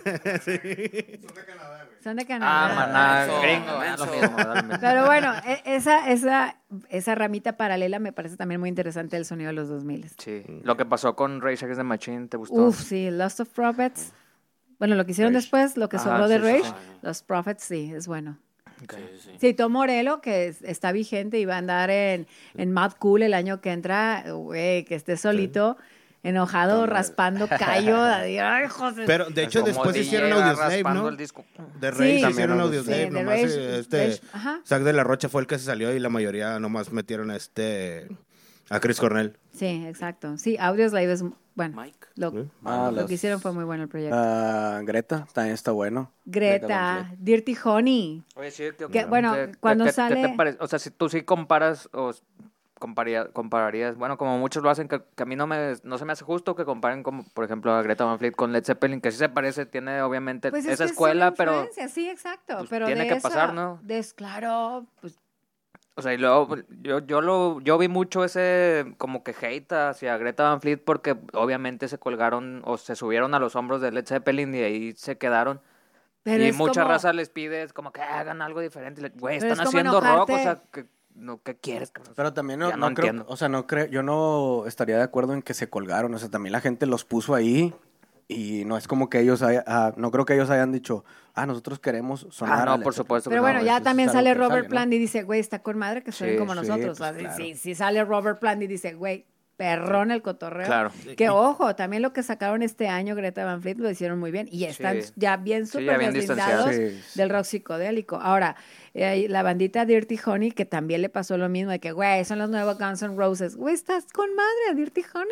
Speaker 5: Son de Canadá.
Speaker 2: Maná
Speaker 4: Menso,
Speaker 2: gringo.
Speaker 4: menso.
Speaker 2: Lo mismo, da lo mismo.
Speaker 5: Pero bueno, esa ramita paralela me parece también muy interesante del sonido de los 2000.
Speaker 2: Sí, lo que pasó con Rage Against the Machine, ¿te gustó?
Speaker 5: Uf, sí, Lost of Prophets. Bueno, lo que hicieron
Speaker 2: Rage.
Speaker 5: después, lo que
Speaker 2: Ajá,
Speaker 5: sobró de
Speaker 2: sí, sí,
Speaker 5: Rage,
Speaker 2: sí.
Speaker 5: Los Prophets, sí, es bueno.
Speaker 2: Ok.
Speaker 4: sí.
Speaker 5: Sí, Tom Morello, que está vigente y va a andar en Mad Cool el año que entra, güey, que esté solito, enojado, raspando callo. Ay, José.
Speaker 3: Pero de hecho
Speaker 2: Como
Speaker 3: después
Speaker 2: DJ
Speaker 3: hicieron
Speaker 2: va
Speaker 3: Audioslave,
Speaker 2: raspando
Speaker 3: ¿no?
Speaker 2: el disco.
Speaker 3: De Rage
Speaker 5: Sí.
Speaker 3: hicieron
Speaker 1: También
Speaker 3: Audioslave,
Speaker 5: Sí, de
Speaker 3: nomás
Speaker 5: Rage, ajá.
Speaker 3: Zack de la Rocha fue el que se salió y la mayoría nomás metieron a Chris Cornell.
Speaker 5: Sí, exacto. Sí, Audioslave es, bueno,
Speaker 4: Mike.
Speaker 5: lo
Speaker 1: los-
Speaker 5: que hicieron fue muy bueno el proyecto.
Speaker 1: Greta, también está bueno.
Speaker 5: Greta, Dirty Honey.
Speaker 2: Oye, sí,
Speaker 5: Que, bueno, cuando
Speaker 2: ¿qué
Speaker 5: sale-
Speaker 2: te parece? O sea, si tú sí comparas o compararías, bueno, como muchos lo hacen, que a mí no se me hace justo que comparen, como por ejemplo, a Greta Van Fleet con Led Zeppelin, que sí se parece, tiene obviamente
Speaker 5: Pues es
Speaker 2: esa
Speaker 5: que es
Speaker 2: escuela,
Speaker 5: una
Speaker 2: pero,
Speaker 5: influencia, sí, exacto.
Speaker 2: pues,
Speaker 5: pero
Speaker 2: tiene
Speaker 5: de
Speaker 2: que
Speaker 5: eso,
Speaker 2: pasar, ¿no?
Speaker 5: Claro, pues
Speaker 2: o sea, y luego yo vi mucho ese como que hate hacia Greta Van Fleet porque obviamente se colgaron o se subieron a los hombros de Led Zeppelin y ahí se quedaron.
Speaker 5: pero
Speaker 2: Y
Speaker 5: es
Speaker 2: mucha
Speaker 5: como-
Speaker 2: raza les pide como que hagan algo diferente. Güey,
Speaker 5: Pero
Speaker 2: están
Speaker 5: es como
Speaker 2: haciendo rock, o
Speaker 5: enojarte.
Speaker 2: sea, ¿qué quieres, cabrón?
Speaker 1: Pero también
Speaker 2: Ya
Speaker 1: no creo,
Speaker 2: entiendo.
Speaker 1: o sea, no creo, yo no estaría de acuerdo en que se colgaron, o sea, también la gente los puso ahí y no es como que ellos no creo que ellos hayan dicho, nosotros queremos sonar.
Speaker 2: no,
Speaker 1: a Led
Speaker 2: por
Speaker 1: Zeppelin".
Speaker 2: supuesto que
Speaker 5: Pero
Speaker 2: no,
Speaker 5: bueno, ya
Speaker 1: eso
Speaker 5: también
Speaker 1: es algo
Speaker 5: sale
Speaker 1: que
Speaker 5: Robert
Speaker 1: ¿no?
Speaker 5: Plant y dice, güey, está con madre que suenen
Speaker 2: Sí,
Speaker 5: como
Speaker 1: sí,
Speaker 5: nosotros.
Speaker 1: pues,
Speaker 5: O sea,
Speaker 1: claro.
Speaker 5: si sale Robert Plant y dice, güey, perrón el cotorreo.
Speaker 2: Claro.
Speaker 5: Que ojo, también lo que sacaron este año Greta Van Fleet lo hicieron muy bien y están
Speaker 2: Sí.
Speaker 5: ya bien
Speaker 2: Sí,
Speaker 5: súper
Speaker 2: ya bien
Speaker 5: deslindados
Speaker 2: distanciados.
Speaker 1: Sí.
Speaker 5: del rock psicodélico. Ahora, la bandita Dirty Honey, que también le pasó lo mismo, de que, güey, son los nuevos Guns N' Roses. Güey, estás con madre, Dirty Honey.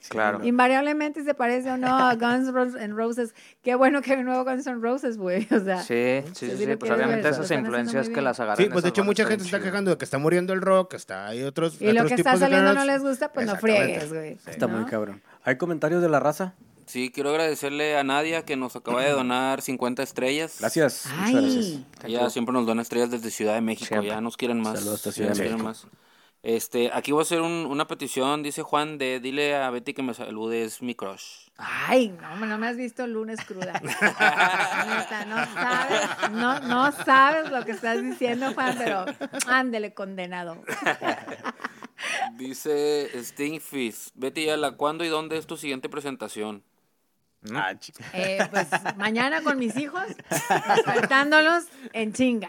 Speaker 2: Claro.
Speaker 5: Invariablemente se parece o no a Guns N' Roses. Qué bueno que hay un nuevo Guns N' Roses, güey. O sea,
Speaker 2: Sí, pues obviamente esas influencias que las agarran.
Speaker 3: Sí, pues de hecho mucha gente se está quejando de que está muriendo el rock, hay otros
Speaker 5: y lo
Speaker 3: otros
Speaker 5: que
Speaker 3: tipos
Speaker 5: está saliendo
Speaker 3: de
Speaker 5: no
Speaker 3: géneros.
Speaker 5: les gusta, pues no
Speaker 3: Exactamente.
Speaker 5: friegues, güey.
Speaker 1: Está
Speaker 5: ¿no?
Speaker 1: muy cabrón. ¿Hay comentarios de la raza?
Speaker 4: Sí, quiero agradecerle a Nadia que nos acaba de donar 50 estrellas.
Speaker 1: Gracias. Muchas gracias.
Speaker 5: Ay,
Speaker 4: Ella siempre nos dona estrellas desde Ciudad de México,
Speaker 2: Siempre.
Speaker 4: ya nos quieren más.
Speaker 1: Saludos hasta
Speaker 4: ya
Speaker 1: Ciudad
Speaker 4: nos
Speaker 1: de
Speaker 4: quieren
Speaker 1: México.
Speaker 4: más. Aquí voy a hacer una petición, dice Juan, de dile a Betty que me salude, es mi crush.
Speaker 5: ay, no me has visto lunes cruda. Neta, no sabes lo que estás diciendo, Juan, pero ándele, condenado.
Speaker 4: Dice Stingfish, Betty Yala, ¿cuándo y dónde es tu siguiente presentación?
Speaker 1: Ah,
Speaker 5: Pues mañana con mis hijos, despertándolos en chinga.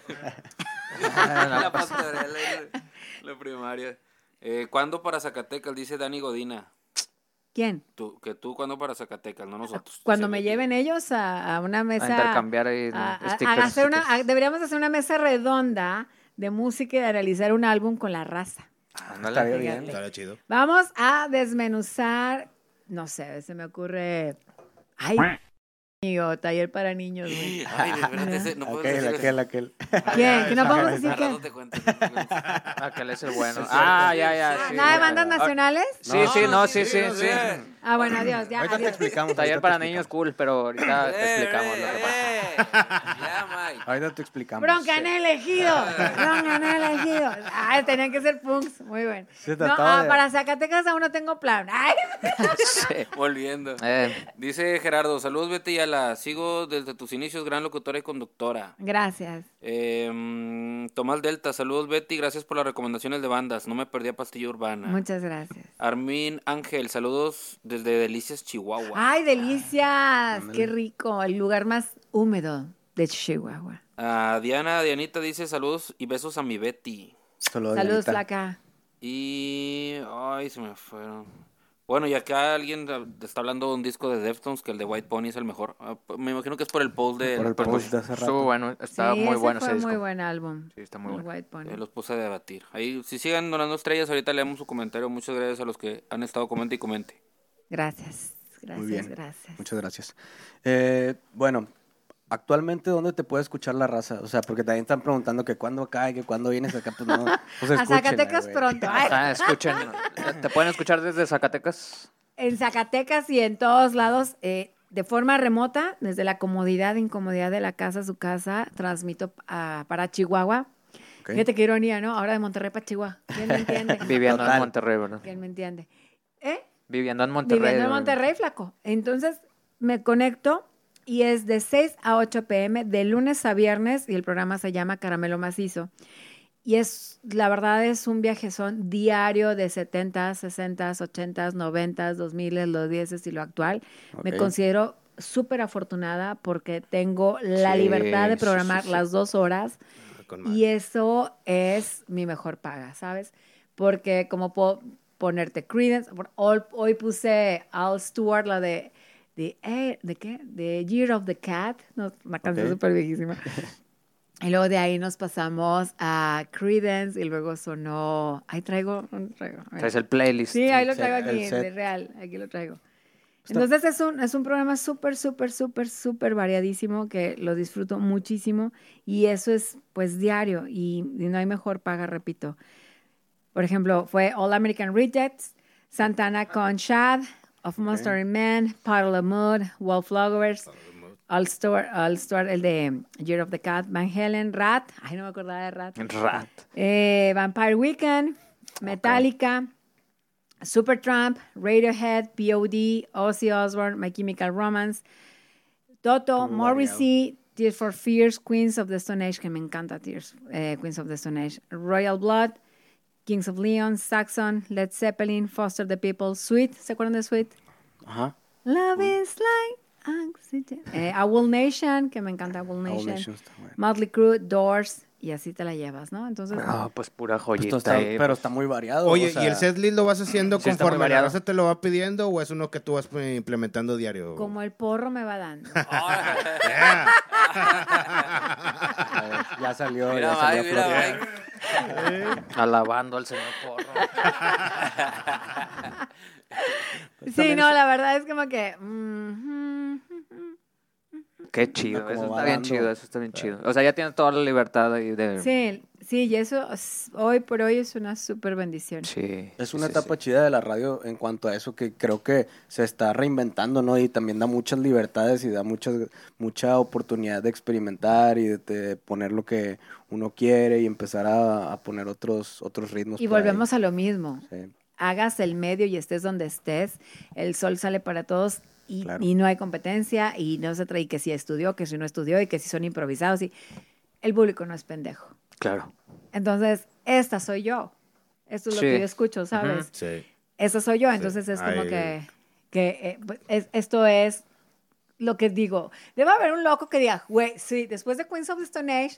Speaker 4: La pastorela, la primaria. ¿Cuándo para Zacatecas? Dice Dani Godina.
Speaker 5: ¿Quién?
Speaker 4: Tú ¿cuándo para Zacatecas? No nosotros.
Speaker 5: Cuando
Speaker 4: Dice
Speaker 5: me
Speaker 4: Betty.
Speaker 5: lleven ellos a una mesa.
Speaker 2: A intercambiar ahí stickers.
Speaker 5: Deberíamos hacer una mesa redonda de música y de realizar un álbum con la raza.
Speaker 1: estaría bien.
Speaker 3: Estaría chido.
Speaker 5: Vamos a desmenuzar, no sé, se me ocurre. Ay, amigo, taller para niños, güey.
Speaker 4: Ay, de verdad, no puedo decir
Speaker 1: Aquel.
Speaker 5: ¿Quién? ¿Que no podemos decir
Speaker 4: Al rato
Speaker 5: qué?
Speaker 4: te cuento.
Speaker 2: Aquel es el bueno. Ya. Sí,
Speaker 5: ¿Nada de bandas nacionales?
Speaker 2: Sí.
Speaker 5: Ah, bueno, adiós, ya,
Speaker 1: Ahorita te
Speaker 5: adiós.
Speaker 1: explicamos.
Speaker 2: Taller
Speaker 1: ahorita
Speaker 2: para
Speaker 1: te
Speaker 2: niños cool, pero ahorita te explicamos lo que pasa.
Speaker 4: Ya, Mike.
Speaker 1: Ahorita te explicamos.
Speaker 5: Broncané elegido. Ay, tenían que ser punks. Muy bueno.
Speaker 1: Se
Speaker 5: No,
Speaker 1: trataba de-
Speaker 5: para Zacatecas aún no tengo plan. Ay.
Speaker 4: Volviendo. Dice Gerardo, saludos Betty Yala, sigo desde tus inicios, gran locutora y conductora.
Speaker 5: Gracias.
Speaker 4: Tomás Delta, saludos Betty, gracias por las recomendaciones de bandas, no me perdí a Pastilla Urbana.
Speaker 5: Muchas gracias.
Speaker 4: Armin Ángel, saludos desde Delicias, Chihuahua.
Speaker 5: Ay, delicias. Qué rico. El lugar más húmedo de Chihuahua.
Speaker 4: Dianita dice saludos y besos a mi Betty.
Speaker 1: Saludos,
Speaker 5: Saludos,
Speaker 1: Dianita.
Speaker 5: flaca.
Speaker 4: Y... Ay, se me fueron. Bueno, y acá alguien está hablando de un disco de Deftones, que el de White Pony es el mejor. Me imagino que es por el post de...
Speaker 1: Por el post de hace rato.
Speaker 2: Estuvo bueno, está
Speaker 5: Sí,
Speaker 2: muy
Speaker 5: ese
Speaker 2: bueno
Speaker 5: fue
Speaker 2: ese disco.
Speaker 5: muy buen álbum.
Speaker 2: Sí, está muy
Speaker 5: El
Speaker 2: bueno.
Speaker 5: White Pony.
Speaker 4: Los puse a debatir. Ahí, si sigan donando estrellas, ahorita leemos su comentario. Muchas gracias a los que han estado comente y comente.
Speaker 5: Gracias.
Speaker 1: Muy bien.
Speaker 5: Gracias.
Speaker 1: Muchas gracias. Bueno, actualmente, ¿dónde te puede escuchar la raza? O sea, porque también están preguntando que cuándo cae, que cuándo vienes acá, pues no. Pues
Speaker 5: A
Speaker 1: escúchenla,
Speaker 5: Zacatecas
Speaker 1: güey.
Speaker 5: pronto. Ay,
Speaker 2: Escuchen, ¿te pueden escuchar desde Zacatecas?
Speaker 5: en Zacatecas y en todos lados, de forma remota, desde la comodidad e incomodidad de la casa a su casa, transmito para Chihuahua.
Speaker 1: Ok.
Speaker 5: Fíjate qué ironía, ¿no? Ahora de Monterrey para Chihuahua. ¿Quién me entiende?
Speaker 2: Viviendo
Speaker 1: Total.
Speaker 2: en Monterrey, ¿verdad?
Speaker 5: ¿Quién me entiende? ¿Eh?
Speaker 2: Viviendo en Monterrey.
Speaker 5: Viviendo en Monterrey, flaco. Entonces, me conecto y es de 6 a 8 p.m. de lunes a viernes y el programa se llama Caramelo Macizo. Y la verdad es un viajezón diario de 70, 60, 80, 90, 2000, los 10 y lo actual. Me
Speaker 1: Ok.
Speaker 5: considero súper afortunada porque tengo la
Speaker 2: Sí,
Speaker 5: libertad de
Speaker 2: sí,
Speaker 5: programar
Speaker 2: sí.
Speaker 5: las 2 horas
Speaker 3: Con
Speaker 5: y eso es mi mejor paga, ¿sabes? Porque como puedo ponerte Creedence, hoy puse Al Stewart, la ¿de qué? De Year of the Cat, no, una canción
Speaker 1: Ok.
Speaker 5: súper viejísima. Y luego de ahí nos pasamos a Creedence y luego sonó... Ahí traigo.
Speaker 2: Traes el playlist.
Speaker 5: Sí, ahí lo
Speaker 1: set,
Speaker 5: traigo
Speaker 1: el
Speaker 5: aquí,
Speaker 1: set.
Speaker 5: de real. Aquí lo traigo.
Speaker 1: Está-
Speaker 5: Entonces es un programa súper variadísimo que lo disfruto muchísimo y eso es pues diario y no hay mejor paga, repito. Por ejemplo, fue All American Rejects, Santana con Shad, Of Monster and Men, Puddle of Mud, Wallflowers, All Star, el de Year of the Cat, Van Halen, Rat, ay no me acordaba de Rat,
Speaker 2: Rat.
Speaker 5: Vampire Weekend, Metallica, Supertramp, Radiohead, P.O.D., Ozzy Osbourne, My Chemical Romance, Toto,
Speaker 1: Muy
Speaker 5: Morrissey, Tears for Fears, Queens of the Stone Age, que me encanta Queens of the Stone Age, Royal Blood, Kings of Leon, Saxon, Led Zeppelin, Foster the People, Sweet, ¿se acuerdan de Sweet?
Speaker 1: Ajá.
Speaker 5: Love is like oxygen. Owl Nation, que me encanta Owl
Speaker 1: Owl
Speaker 5: Nation.
Speaker 1: Nation está bueno.
Speaker 5: Motley Crue, Doors, y así te la llevas, ¿no? Entonces,
Speaker 2: No, pues pura
Speaker 1: Pues
Speaker 2: joyita.
Speaker 1: todo está- pero está muy variado.
Speaker 3: Oye,
Speaker 1: o sea,
Speaker 3: ¿y el setlist lo vas haciendo
Speaker 2: Sí, está muy
Speaker 3: conforme la
Speaker 2: variado.
Speaker 3: raza te lo va pidiendo o es uno que tú vas implementando diario?
Speaker 5: como el porro me va dando.
Speaker 3: Yeah.
Speaker 1: ya salió.
Speaker 4: Mira,
Speaker 1: ya salió
Speaker 4: Mike, mira,
Speaker 1: a flote.
Speaker 4: Mike.
Speaker 2: Alabando al señor Porro.
Speaker 5: Sí, no, la verdad es como que...
Speaker 2: Qué chido,
Speaker 1: Como
Speaker 2: eso
Speaker 1: va
Speaker 2: está bien
Speaker 1: dando.
Speaker 2: chido, eso está bien chido. O sea, ya tienes toda la libertad ahí de...
Speaker 5: Sí, sí, y eso hoy por hoy es una súper bendición.
Speaker 2: Sí.
Speaker 1: Es una
Speaker 2: sí,
Speaker 1: etapa
Speaker 2: sí.
Speaker 1: chida de la radio en cuanto a eso que creo que se está reinventando, ¿no? Y también da muchas libertades y da mucha oportunidad de experimentar y de poner lo que uno quiere y empezar a poner otros ritmos.
Speaker 5: Y
Speaker 1: por ahí.
Speaker 5: volvemos a lo mismo.
Speaker 1: Sí,
Speaker 5: Hagas el medio y estés donde estés, el sol sale para todos y,
Speaker 1: Claro.
Speaker 5: y no hay competencia y no se trae que si estudió, que si no estudió y que si son improvisados. Y el público no es pendejo.
Speaker 2: Claro.
Speaker 5: Entonces, esta soy yo. Esto es lo
Speaker 2: Sí.
Speaker 5: que yo escucho, ¿sabes?
Speaker 3: Sí.
Speaker 5: Esa soy yo. Entonces es como
Speaker 3: Ay.
Speaker 5: esto es lo que digo. Debe haber un loco que diga, güey, sí, después de Queens of the Stone Age,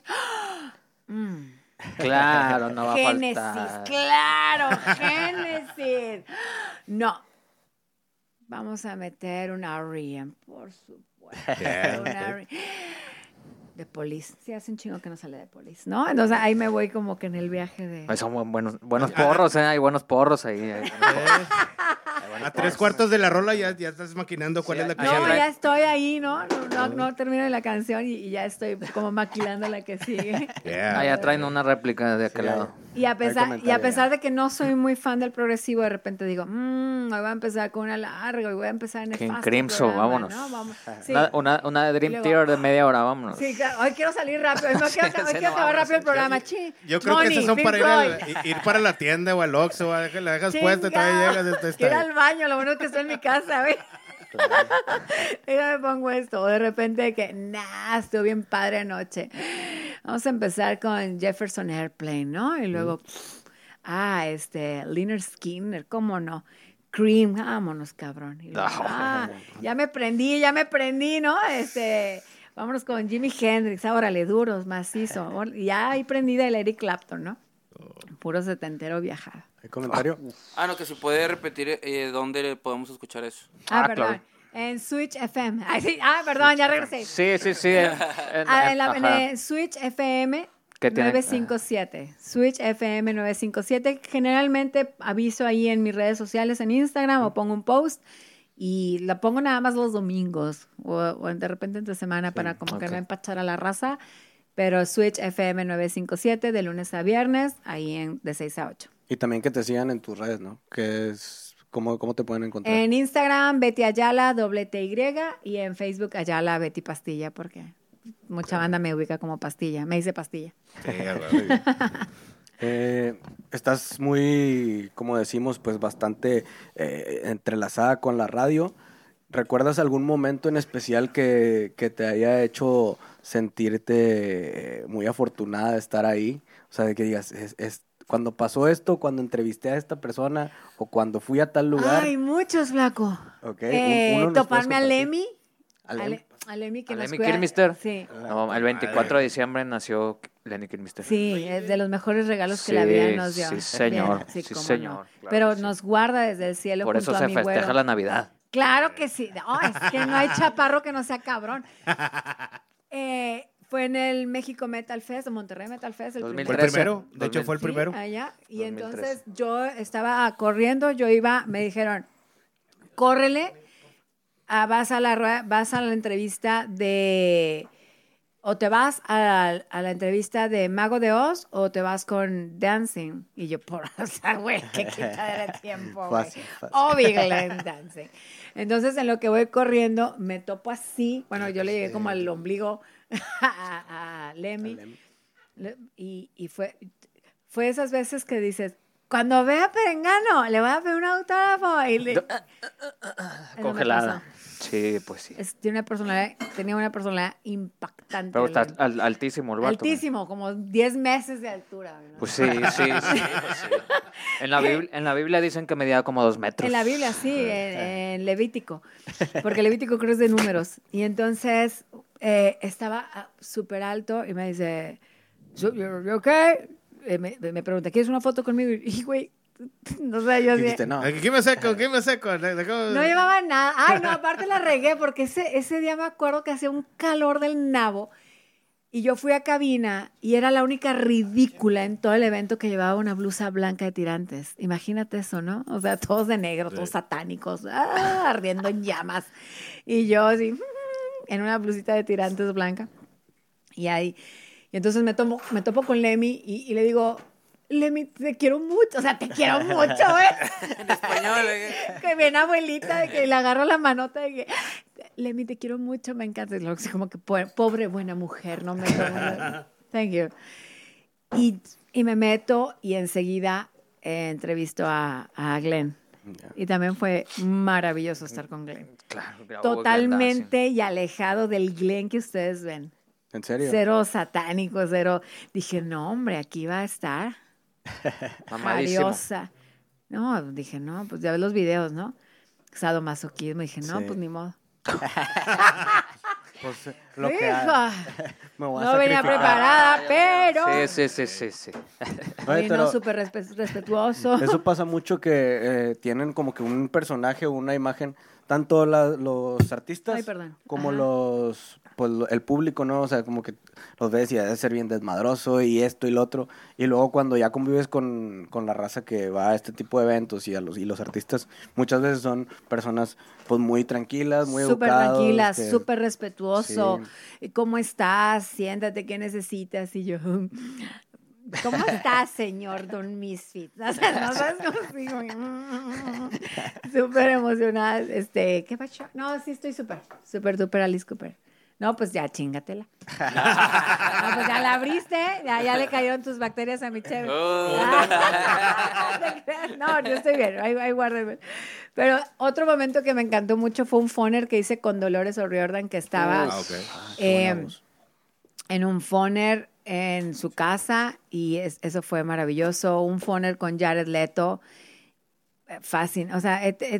Speaker 2: Claro, no va a
Speaker 5: Génesis,
Speaker 2: faltar.
Speaker 5: claro, Génesis. No. Vamos a meter una R.E.M., por supuesto.
Speaker 3: Yeah.
Speaker 5: Una R.E.M. De Police. Sí, hace un chingo que no sale de Police, ¿no? Entonces ahí me voy como que en el viaje de...
Speaker 2: Ay, son buenos porros, hay buenos porros ahí.
Speaker 3: A 3/4 de la rola ya estás maquinando cuál es la que
Speaker 5: No,
Speaker 3: sigue.
Speaker 5: ya estoy ahí, ¿no? No termino la canción y ya estoy como maquilando la que sigue.
Speaker 3: Yeah.
Speaker 2: Ah, ya traen una réplica de aquel lado.
Speaker 5: Y a pesar
Speaker 1: comentario.
Speaker 5: de que no soy muy fan del progresivo, de repente digo, hoy voy a empezar con una larga, hoy voy a empezar en el
Speaker 2: King
Speaker 5: fast
Speaker 2: Crimson,
Speaker 5: programa,
Speaker 2: vámonos.
Speaker 5: ¿no? Vamos. Sí.
Speaker 2: Una de Dream
Speaker 5: Y luego-
Speaker 2: Theater de media hora, vámonos.
Speaker 5: Sí, claro. Hoy quiero salir rápido. Hoy quiero
Speaker 2: no
Speaker 5: acabar
Speaker 2: vamos,
Speaker 5: rápido el programa. Chi.
Speaker 3: Yo creo que
Speaker 5: Money,
Speaker 3: esas son
Speaker 5: Pink
Speaker 3: para
Speaker 5: Floyd.
Speaker 3: ir para la tienda o al Oxxo, la dejas puesta y todavía
Speaker 5: Chingado.
Speaker 3: llegas. Está
Speaker 5: Quiero
Speaker 3: ahí.
Speaker 5: al baño, lo bueno es que estoy en mi casa, ¿ves? Y yo me pongo esto. O de repente que, estuvo bien padre anoche. Vamos a empezar con Jefferson Airplane, ¿no? Y luego, Lynyrd Skynyrd, ¿cómo no? Cream, vámonos, cabrón. Y luego, ya me prendí, ¿no? Vámonos con Jimi Hendrix, órale, duros, macizo. Ya ahí prendida el Eric Clapton, ¿no? Puro setentero viajado.
Speaker 1: ¿Hay comentario?
Speaker 4: No, que si puede repetir dónde podemos escuchar eso.
Speaker 5: Perdón.
Speaker 2: claro.
Speaker 5: En Switch FM. Ay, sí. Perdón, ya regresé.
Speaker 2: Sí.
Speaker 5: En Switch FM
Speaker 2: ¿Qué tiene?
Speaker 5: 957. Switch FM 957. Generalmente aviso ahí en mis redes sociales, en Instagram, o pongo un post y la pongo nada más los domingos o de repente entre semana para como que no empachar a la raza. Pero Switch FM 957 de lunes a viernes, ahí de 6 a 8.
Speaker 1: Y también que te sigan en tus redes, ¿no? ¿Cómo te pueden encontrar?
Speaker 5: En Instagram, Betty Ayala, TY, y en Facebook, Ayala, Betty Pastilla, porque mucha banda me ubica como Pastilla. Me dice Pastilla.
Speaker 1: Estás muy, como decimos, pues bastante entrelazada con la radio. ¿Recuerdas algún momento en especial que te haya hecho sentirte muy afortunada de estar ahí? O sea, de que digas, cuando pasó esto, cuando entrevisté a esta persona o cuando fui a tal lugar.
Speaker 5: Ay, muchos, flaco.
Speaker 1: Okay. Uno nos
Speaker 5: Toparme a
Speaker 1: puedes
Speaker 5: Lemmy.
Speaker 1: compartir.
Speaker 5: A Lemmy que
Speaker 2: ¿A
Speaker 5: nos
Speaker 2: Lemmy
Speaker 5: cuida.
Speaker 2: Kilmister?
Speaker 5: Sí.
Speaker 2: No, el 24 de diciembre nació Lenny Kilmister.
Speaker 5: Sí, es de los mejores regalos que
Speaker 2: Sí,
Speaker 5: la vida nos dio.
Speaker 2: sí, señor.
Speaker 5: Bien,
Speaker 2: Sí,
Speaker 5: cómo
Speaker 2: señor,
Speaker 5: no.
Speaker 2: claro
Speaker 5: Pero
Speaker 2: que sí.
Speaker 5: nos guarda desde el cielo
Speaker 2: Por
Speaker 5: junto
Speaker 2: eso
Speaker 5: a
Speaker 2: se
Speaker 5: mi
Speaker 2: festeja
Speaker 5: güero.
Speaker 2: la Navidad.
Speaker 5: Claro que sí. Es que no hay chaparro que no sea cabrón. Fue en el México Metal Fest, o Monterrey Metal Fest, el
Speaker 2: 2013.
Speaker 3: Fue el primero. De hecho, fue el
Speaker 5: Sí,
Speaker 3: primero.
Speaker 5: allá. Y
Speaker 2: 2013.
Speaker 5: entonces yo estaba corriendo, me dijeron, córrele, vas a la entrevista o te vas a la entrevista de Mago de Oz o te vas con Dancing. Y yo, güey, qué quitadera de tiempo, güey.
Speaker 1: Fácil.
Speaker 5: Obviamente Dancing. Entonces, en lo que voy corriendo, me topo así. Bueno, yo le llegué como al ombligo a Lemmy. Y fue esas veces que dices, cuando vea a Perengano, le voy a pedir un autógrafo. Y Eso me
Speaker 2: Congelada.
Speaker 5: pasó.
Speaker 2: Sí, pues sí.
Speaker 5: Tenía una personalidad impactante.
Speaker 2: Pero está
Speaker 5: Lemmy.
Speaker 2: altísimo el vato.
Speaker 5: Altísimo, como 10 meses de altura. ¿no?
Speaker 2: Pues sí. Pues sí. En la Biblia dicen que medía como 2 metros.
Speaker 5: En la Biblia, sí, en Levítico, porque Levítico creo es de números. Y entonces estaba súper alto y me dice, ¿you okay? Me pregunta, ¿quieres una foto conmigo? Y güey, no sé, yo
Speaker 1: Dijiste,
Speaker 5: así,
Speaker 1: no.
Speaker 3: ¿Qué me seco?
Speaker 5: no llevaba nada. Ay, no, aparte la regué porque ese día me acuerdo que hacía un calor del nabo. Y yo fui a cabina y era la única ridícula en todo el evento que llevaba una blusa blanca de tirantes. Imagínate eso, ¿no? O sea, todos de negro, todos satánicos, ardiendo en llamas. Y yo así, en una blusita de tirantes blanca. Y entonces me topo con Lemmy y le digo, Lemmy, te quiero mucho. O sea, te quiero mucho, ¿eh?
Speaker 4: En español.
Speaker 5: Que bien abuelita, de que le agarro la manota de que... Lemmy, te quiero mucho, me encanta. Y luego, como que pobre buena mujer, no me thank you. Y me meto y enseguida entrevisto a Glenn.
Speaker 1: Yeah.
Speaker 5: Y también fue maravilloso estar con Glenn.
Speaker 2: Claro,
Speaker 5: Totalmente y alejado del Glenn que ustedes ven.
Speaker 1: ¿En serio?
Speaker 5: Cero satánico, cero. Dije, no, hombre, aquí va a estar.
Speaker 2: Mamadísimo.
Speaker 5: Jariosa. No, dije, no, pues ya ves los videos, ¿no? Sadomasoquismo. Dije, no,
Speaker 1: Sí.
Speaker 5: pues ni modo.
Speaker 1: Pues lo que
Speaker 5: Hija,
Speaker 1: me voy a
Speaker 5: no venía
Speaker 1: sacrificar.
Speaker 5: preparada, pero...
Speaker 2: Sí.
Speaker 1: Oye,
Speaker 5: Vino
Speaker 1: pero
Speaker 5: súper respetuoso.
Speaker 1: eso pasa mucho que tienen como que un personaje o una imagen, tanto los artistas
Speaker 5: Ay, perdón.
Speaker 1: como
Speaker 5: Ajá.
Speaker 1: el público, ¿no? O sea, como que los ves y debe ser bien desmadroso y esto y lo otro. Y luego cuando ya convives con la raza que va a este tipo de eventos y los artistas, muchas veces son personas pues muy tranquilas, muy
Speaker 5: Súper
Speaker 1: educados.
Speaker 5: tranquila,
Speaker 1: que-
Speaker 5: súper respetuoso.
Speaker 1: Sí.
Speaker 5: ¿Cómo estás? Siéntate, ¿qué necesitas? Y yo, ¿cómo estás, señor Don Misfit? O sea, no sabes cómo sigo. Súper emocionada. ¿Qué pasó? No, sí estoy súper duper Alice Cooper. No, pues ya, chingatela. No, pues ya la abriste, ya le cayeron tus bacterias a mi chévere. No, yo estoy bien, ahí guárdeme. Pero otro momento que me encantó mucho fue un phoner que hice con Dolores O'Riordan, que estaba
Speaker 3: Ah, ok.
Speaker 5: en un phoner en su casa y eso fue maravilloso. Un phoner con Jared Leto, fácil. O sea,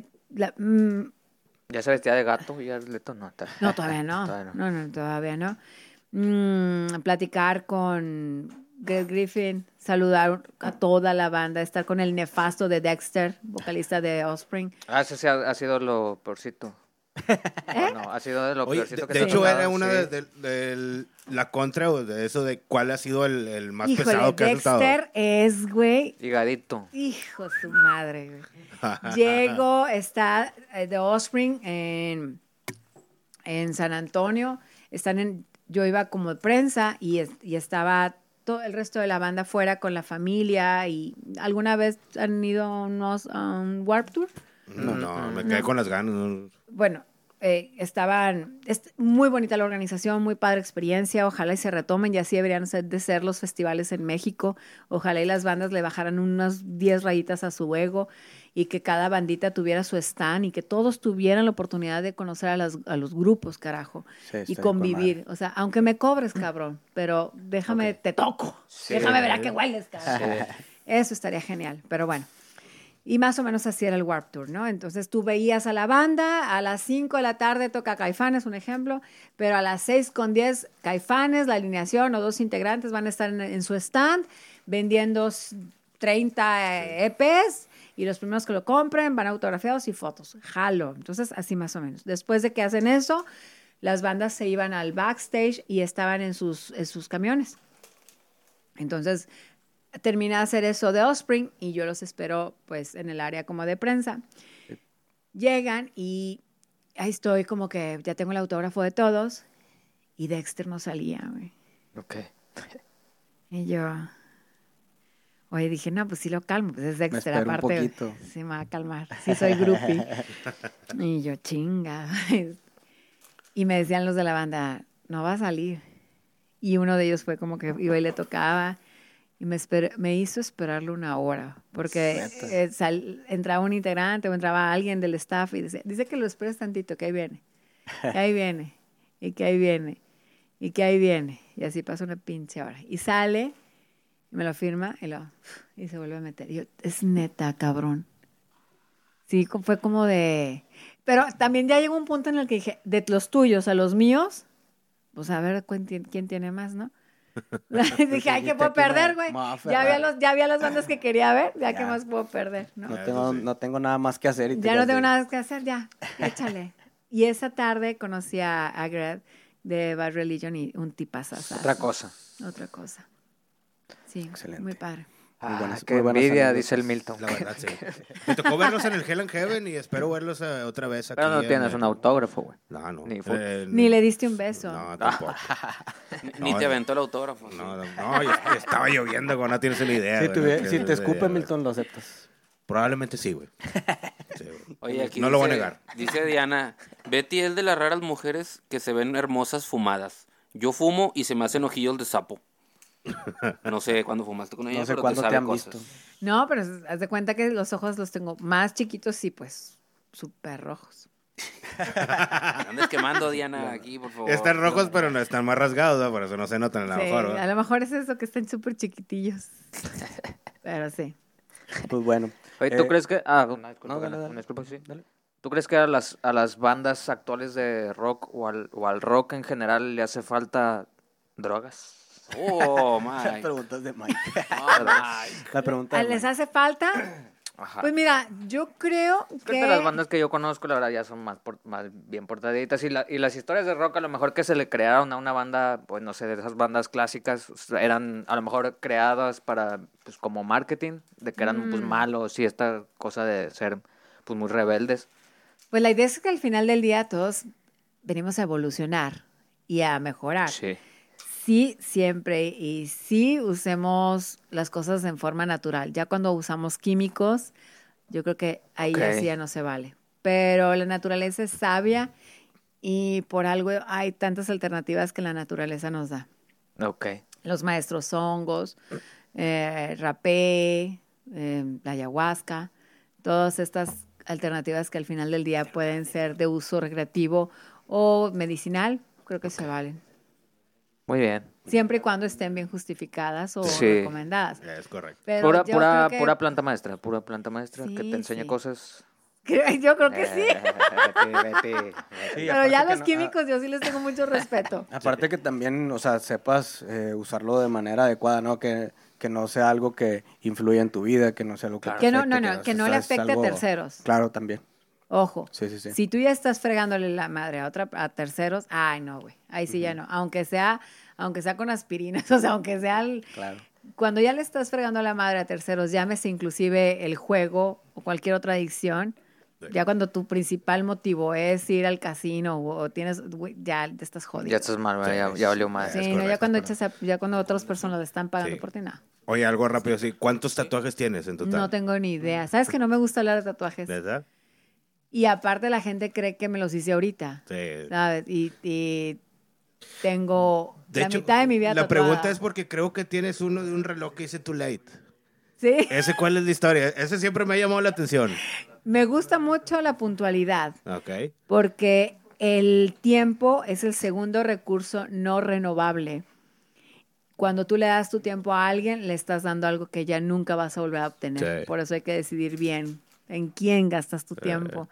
Speaker 2: ¿Ya se vestía de gato? ¿Ya Leto? No,
Speaker 5: no, todavía no. Todavía no. Platicar con Greg Griffin, saludar a toda la banda, estar con el nefasto de Dexter, vocalista de Offspring.
Speaker 2: Ese sí ha sido lo peorcito. No, ha sido de lo
Speaker 3: Oye,
Speaker 2: peorcito que
Speaker 3: de
Speaker 2: te ha
Speaker 3: hecho,
Speaker 2: tocado,
Speaker 3: era una
Speaker 2: sí.
Speaker 3: de la contra o de eso de cuál ha sido el más
Speaker 5: Híjole,
Speaker 3: pesado que has estado.
Speaker 5: Dexter es, güey,
Speaker 2: Higadito.
Speaker 5: hijo de su madre, güey. Llego, está The Offspring en San Antonio. Yo iba como de prensa y estaba todo el resto de la banda fuera con la familia. Y ¿alguna vez han ido a un Warped Tour?
Speaker 3: No, me quedé con las ganas. ¿no?
Speaker 5: Bueno, muy bonita la organización, muy padre experiencia, ojalá y se retomen y así deberían de ser los festivales en México, ojalá y las bandas le bajaran unas 10 rayitas a su ego y que cada bandita tuviera su stand y que todos tuvieran la oportunidad de conocer a los grupos, carajo,
Speaker 1: Sí,
Speaker 5: y
Speaker 1: estaría con
Speaker 5: convivir,
Speaker 1: madre.
Speaker 5: o sea, aunque me cobres, cabrón, pero déjame, te toco,
Speaker 2: Sí.
Speaker 5: déjame ver a qué hueles, cabrón. Eso estaría genial, pero bueno. Y más o menos así era el Warped Tour, ¿no? Entonces tú veías a la banda, a las 5 de la tarde toca Caifanes, un ejemplo, pero a las 6:10 Caifanes, la alineación o 2 integrantes van a estar en su stand vendiendo 30 EPs y los primeros que lo compren van autografiados y fotos. Jalo. Entonces así más o menos. Después de que hacen eso, las bandas se iban al backstage y estaban en sus camiones. Entonces terminé de hacer eso de Offspring y yo los espero pues en el área como de prensa. Llegan y ahí estoy como que ya tengo el autógrafo de todos y Dexter no salía, güey.
Speaker 2: Ok.
Speaker 5: Y yo, oye, dije, no, pues sí lo calmo, pues es Dexter
Speaker 1: espero un
Speaker 5: aparte.
Speaker 1: poquito.
Speaker 5: Sí me va a calmar, sí soy groupie. Y yo, chinga. Y me decían los de la banda, no va a salir. Y uno de ellos fue como que iba y le tocaba. Y me hizo esperarlo 1 hora, porque entraba un integrante o entraba alguien del staff y dice que lo esperes tantito, que ahí viene, que ahí viene, y que ahí viene, y que ahí viene. Y así pasa una pinche hora. Y sale, y me lo firma, y se vuelve a meter. Y yo, es neta, cabrón. Sí, fue como de... Pero también ya llegó un punto en el que dije, de los tuyos a los míos, pues a ver quién tiene más, ¿no? Dije, ay, ¿qué puedo perder, güey? Ya había las bandas que quería ver, ya qué más puedo perder, ¿no?
Speaker 1: No tengo nada más que hacer. Y
Speaker 5: Ya no tengo nada que hacer, ya, échale. Y esa tarde conocí a Greg, de Bad Religion y un tipazazo.
Speaker 2: Otra cosa.
Speaker 5: Otra cosa. Sí,
Speaker 1: Excelente.
Speaker 5: muy padre.
Speaker 1: Muy buenas-
Speaker 2: Qué
Speaker 1: muy buenas
Speaker 2: envidia,
Speaker 1: anécdotas.
Speaker 2: dice el Milton.
Speaker 3: La verdad, sí. Me tocó verlos en el Hell and Heaven y espero verlos otra vez aquí.
Speaker 2: Pero no tienes
Speaker 3: en
Speaker 2: un
Speaker 3: el-
Speaker 2: autógrafo, güey.
Speaker 3: No, no.
Speaker 2: Ni foto.
Speaker 5: Ni le diste un beso.
Speaker 3: No, tampoco.
Speaker 4: Ni
Speaker 3: No,
Speaker 4: te aventó el autógrafo. sí.
Speaker 3: No, ya estaba lloviendo, güey, no tienes una idea.
Speaker 1: Si,
Speaker 3: güey,
Speaker 1: si te escupe,
Speaker 3: güey.
Speaker 1: Milton, lo aceptas.
Speaker 3: Probablemente sí, güey. Sí, güey.
Speaker 4: Oye, aquí
Speaker 3: no lo voy a
Speaker 4: dice-
Speaker 3: negar.
Speaker 4: Dice Diana, Betty es de las raras mujeres que se ven hermosas fumadas. Yo fumo y se me hacen ojillos de sapo. No sé cuándo fumaste con ella,
Speaker 1: No sé
Speaker 4: pero
Speaker 1: cuándo
Speaker 4: te
Speaker 1: te
Speaker 4: sabe
Speaker 1: han
Speaker 4: cosas.
Speaker 1: visto.
Speaker 5: No, pero haz de cuenta que los ojos los tengo más chiquitos, sí, pues, súper rojos.
Speaker 4: Andes quemando, Diana, aquí, por favor.
Speaker 3: Están rojos, pero no están más rasgados, ¿no? Por eso no se notan a lo
Speaker 5: Sí,
Speaker 3: mejor,
Speaker 5: a
Speaker 3: ¿verdad?
Speaker 5: lo mejor es eso, que están súper chiquitillos. Pero sí.
Speaker 1: Pues bueno.
Speaker 2: Oye, ¿tú
Speaker 1: Eh,
Speaker 2: crees que...? Una disculpa,
Speaker 1: no, dale,
Speaker 2: una
Speaker 1: dale.
Speaker 2: disculpa, sí. ¿Tú crees que a las bandas actuales de rock o al rock en general le hace falta drogas?
Speaker 4: Oh,
Speaker 1: Las
Speaker 4: my.
Speaker 1: preguntas de Mike.
Speaker 4: Oh, my.
Speaker 1: La pregunta de
Speaker 5: ¿Les
Speaker 1: Mike.
Speaker 5: hace falta?
Speaker 2: Ajá.
Speaker 5: Pues mira, yo creo
Speaker 2: Creo que las bandas que yo conozco, la verdad, ya son más bien portaditas. Y las historias de rock, a lo mejor que se le crearon a una banda, pues no sé, de esas bandas clásicas, eran a lo mejor creadas para, pues como marketing, de que eran pues malos y esta cosa de ser pues muy rebeldes.
Speaker 5: Pues la idea es que al final del día todos venimos a evolucionar y a mejorar.
Speaker 2: Sí.
Speaker 5: Sí, siempre. Y sí usemos las cosas en forma natural. Ya cuando usamos químicos, yo creo que ahí
Speaker 2: Ok.
Speaker 5: ya sí ya no se vale. Pero la naturaleza es sabia y por algo hay tantas alternativas que la naturaleza nos da.
Speaker 2: Ok.
Speaker 5: Los maestros hongos, rapé, la ayahuasca, todas estas alternativas que al final del día pueden ser de uso recreativo o medicinal, creo que se valen.
Speaker 2: Muy bien.
Speaker 5: Siempre y cuando estén bien justificadas o
Speaker 2: Sí.
Speaker 5: recomendadas.
Speaker 3: Es correcto.
Speaker 5: Pero
Speaker 2: Pura,
Speaker 5: yo
Speaker 2: pura,
Speaker 5: creo que-
Speaker 2: pura planta maestra que
Speaker 5: Sí,
Speaker 2: te enseñe
Speaker 5: sí.
Speaker 2: cosas.
Speaker 5: Yo creo que sí.
Speaker 2: Vete.
Speaker 1: Sí,
Speaker 5: Pero
Speaker 1: aparte
Speaker 5: ya
Speaker 1: que
Speaker 5: los
Speaker 1: no-
Speaker 5: químicos yo sí les tengo mucho respeto.
Speaker 1: Aparte que también, o sea, sepas usarlo de manera adecuada, ¿no? Que no sea algo que influya en tu vida, que no sea algo que te
Speaker 5: Que no,
Speaker 1: afecte,
Speaker 5: que no le
Speaker 1: es
Speaker 5: afecte a
Speaker 1: algo-
Speaker 5: terceros.
Speaker 1: Claro, también.
Speaker 5: Ojo.
Speaker 1: Sí, sí, sí.
Speaker 5: Si tú ya estás fregándole la madre a terceros, ay no, güey. Ahí sí ya no. Aunque sea con aspirinas, o sea, aunque sea
Speaker 1: Claro.
Speaker 5: cuando ya le estás fregando la madre a terceros, llámese inclusive el juego o cualquier otra adicción, ya cuando tu principal motivo es ir al casino o tienes, güey, ya te estás jodido.
Speaker 2: Ya estás mal, ¿verdad? ya valió mal.
Speaker 5: Sí,
Speaker 3: es
Speaker 5: no,
Speaker 3: correcto,
Speaker 5: ya cuando
Speaker 3: es
Speaker 5: ya cuando otras personas le están pagando
Speaker 3: Sí.
Speaker 5: por ti, no.
Speaker 3: Oye, algo rápido así. ¿Cuántos tatuajes tienes en total?
Speaker 5: No tengo ni idea. ¿Sabes que no me gusta hablar de tatuajes?
Speaker 3: ¿Verdad?
Speaker 5: Y aparte la gente cree que me los hice ahorita,
Speaker 3: Sí.
Speaker 5: ¿sabes? Y tengo
Speaker 3: De
Speaker 5: la
Speaker 3: hecho,
Speaker 5: mitad de mi vida
Speaker 3: la
Speaker 5: tatuada.
Speaker 3: pregunta es porque creo que tienes uno de un reloj que dice Too Late.
Speaker 5: Sí.
Speaker 3: ¿Ese cuál es la historia? Ese siempre me ha llamado la atención.
Speaker 5: Me gusta mucho la puntualidad.
Speaker 3: Ok.
Speaker 5: Porque el tiempo es el segundo recurso no renovable. Cuando tú le das tu tiempo a alguien, le estás dando algo que ya nunca vas a volver a obtener.
Speaker 3: Sí.
Speaker 5: Por eso hay que decidir bien en quién gastas tu tiempo.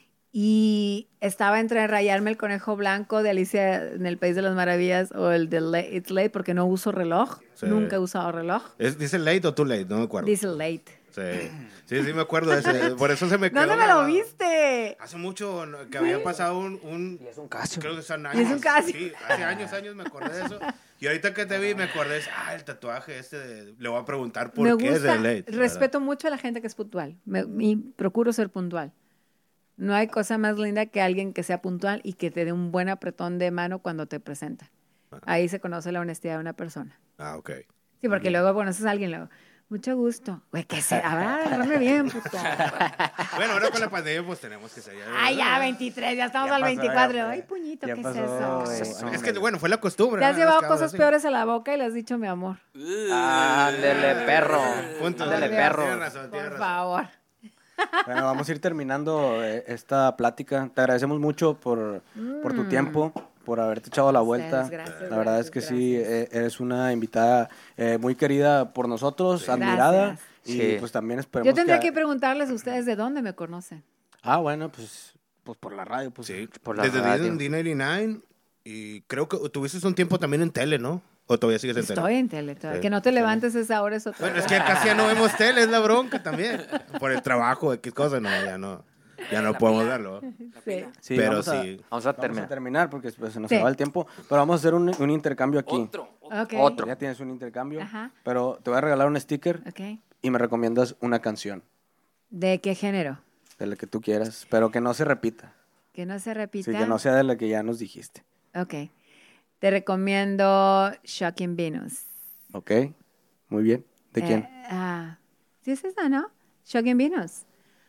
Speaker 5: Y estaba entre rayarme el conejo blanco de Alicia en el País de las Maravillas o el de It's Late porque no uso reloj.
Speaker 3: Sí.
Speaker 5: Nunca he usado reloj.
Speaker 3: ¿Dice Late o Too Late? No me acuerdo.
Speaker 5: Dice Late.
Speaker 3: Sí, me acuerdo de ese. Por eso se me quedó.
Speaker 5: ¿Dónde me lo
Speaker 3: grabado.
Speaker 5: viste?
Speaker 3: Hace mucho que había pasado un
Speaker 2: Y es un Casio.
Speaker 3: creo que son
Speaker 5: Y
Speaker 3: años.
Speaker 5: es un Casio.
Speaker 3: Sí, hace años me acordé de eso. Y ahorita que te vi me acordé, el tatuaje le voy a preguntar por
Speaker 5: Me
Speaker 3: qué es
Speaker 5: gusta,
Speaker 3: de Late.
Speaker 5: respeto mucho a la gente que es puntual. Y procuro ser puntual. No hay cosa más linda que alguien que sea puntual y que te dé un buen apretón de mano cuando te presenta. Ahí se conoce la honestidad de una persona.
Speaker 3: Ok.
Speaker 5: Sí, porque luego conoces a alguien, luego, mucho gusto. Güey, que se agarrarme bien, puto.
Speaker 3: Bueno, ahora con la pandemia pues tenemos que ser.
Speaker 5: Ay, ya, 23, ya estamos
Speaker 1: Ya
Speaker 5: al
Speaker 1: pasó,
Speaker 5: 24.
Speaker 1: ya fue.
Speaker 5: Ay, puñito,
Speaker 1: Ya
Speaker 5: ¿qué
Speaker 1: pasó.
Speaker 5: es eso?
Speaker 3: Es que, bueno, fue la costumbre.
Speaker 5: Te has
Speaker 3: ¿no?
Speaker 5: llevado
Speaker 3: Nos quedamos
Speaker 5: cosas
Speaker 3: así.
Speaker 5: peores a la boca y le has dicho mi amor.
Speaker 2: Ándele, perro.
Speaker 3: Punto.
Speaker 2: Ándele,
Speaker 3: Tienes
Speaker 2: perro.
Speaker 3: razón, tienes
Speaker 5: Por
Speaker 3: razón.
Speaker 5: favor.
Speaker 1: Bueno, vamos a ir terminando esta plática. Te agradecemos mucho por tu tiempo, por haberte echado la vuelta.
Speaker 5: Gracias,
Speaker 1: La verdad es que
Speaker 5: gracias.
Speaker 1: sí, eres una invitada muy querida por nosotros, admirada.
Speaker 5: Gracias.
Speaker 1: Y
Speaker 2: Sí.
Speaker 1: pues también esperemos
Speaker 5: Yo tendría que preguntarles a ustedes de dónde me conocen.
Speaker 1: Ah, bueno, pues por la radio. Pues,
Speaker 3: Sí,
Speaker 2: Por la
Speaker 3: desde
Speaker 2: radio.
Speaker 3: D99 y creo que tuviste un tiempo también en tele, ¿no? ¿O todavía sigues en tele?
Speaker 5: Estoy en tele. todavía.
Speaker 3: Sí,
Speaker 5: Que no te levantes a esa hora es otra
Speaker 3: Bueno, es
Speaker 5: cosa.
Speaker 3: que casi ya no vemos tele, es la bronca también. Por el trabajo, X cosas, no, ya no. Ya no podemos darlo.
Speaker 5: Sí.
Speaker 1: Sí,
Speaker 3: Pero
Speaker 1: vamos a-
Speaker 3: sí.
Speaker 2: Vamos a
Speaker 1: Vamos a
Speaker 2: terminar.
Speaker 1: terminar porque pues, se nos
Speaker 5: Sí.
Speaker 1: acaba el tiempo. Pero vamos a hacer un intercambio aquí.
Speaker 5: Ok.
Speaker 2: Otro.
Speaker 1: Ya tienes un intercambio.
Speaker 5: Ajá.
Speaker 1: Pero te voy a regalar un sticker
Speaker 5: Ok.
Speaker 1: y me recomiendas una canción
Speaker 5: ¿De qué género?
Speaker 1: de la que tú quieras, pero que no se repita.
Speaker 5: Que no se repita.
Speaker 1: Sí, que no sea de la que ya nos dijiste.
Speaker 5: Ok. Te recomiendo Shocking Venus.
Speaker 1: ¿Ok? Muy bien. ¿De quién?
Speaker 5: Sí es esa, ¿no? Shocking Venus.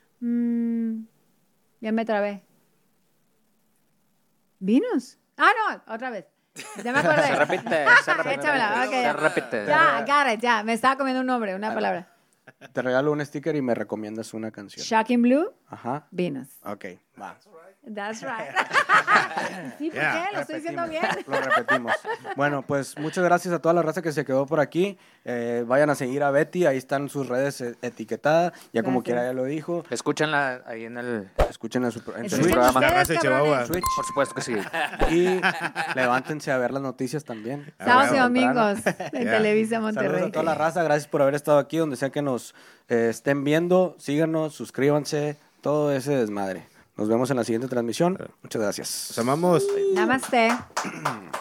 Speaker 5: Ya me trabé. ¿Venus? No, otra vez. Ya me acordé.
Speaker 2: Se repite, se repite.
Speaker 5: Échamela, ok,
Speaker 2: Se
Speaker 5: ya.
Speaker 2: repite.
Speaker 5: Ya, got it, ya. Me estaba comiendo un nombre, una palabra.
Speaker 1: Te regalo un sticker y me recomiendas una canción.
Speaker 5: Shocking Blue,
Speaker 1: Ajá.
Speaker 5: Venus.
Speaker 1: Ok, va.
Speaker 5: That's right. Sí, ¿por
Speaker 3: Yeah.
Speaker 5: qué? Lo estoy diciendo bien.
Speaker 1: Lo repetimos. Bueno, pues muchas gracias a toda la raza que se quedó por aquí. Vayan a seguir a Betty, ahí están sus redes etiquetadas. Ya como
Speaker 5: Gracias.
Speaker 1: quiera ya lo dijo.
Speaker 2: Escúchenla ahí en el...
Speaker 1: Escuchen en su en su
Speaker 5: Escuchen
Speaker 1: Switch.
Speaker 2: programa.
Speaker 3: La
Speaker 5: ustedes,
Speaker 3: raza de Chihuahua.
Speaker 5: cabrones.
Speaker 1: Switch.
Speaker 2: Por supuesto que sí.
Speaker 1: Y levántense a ver las noticias también.
Speaker 5: Sábados y
Speaker 1: Temprano.
Speaker 5: domingos en Televisa
Speaker 1: Saludos
Speaker 5: Monterrey.
Speaker 1: a toda la raza, gracias por haber estado aquí, donde sea que nos estén viendo, síganos, suscríbanse, todo ese desmadre. Nos vemos en la siguiente transmisión. Muchas gracias.
Speaker 3: Los amamos.
Speaker 5: Namaste.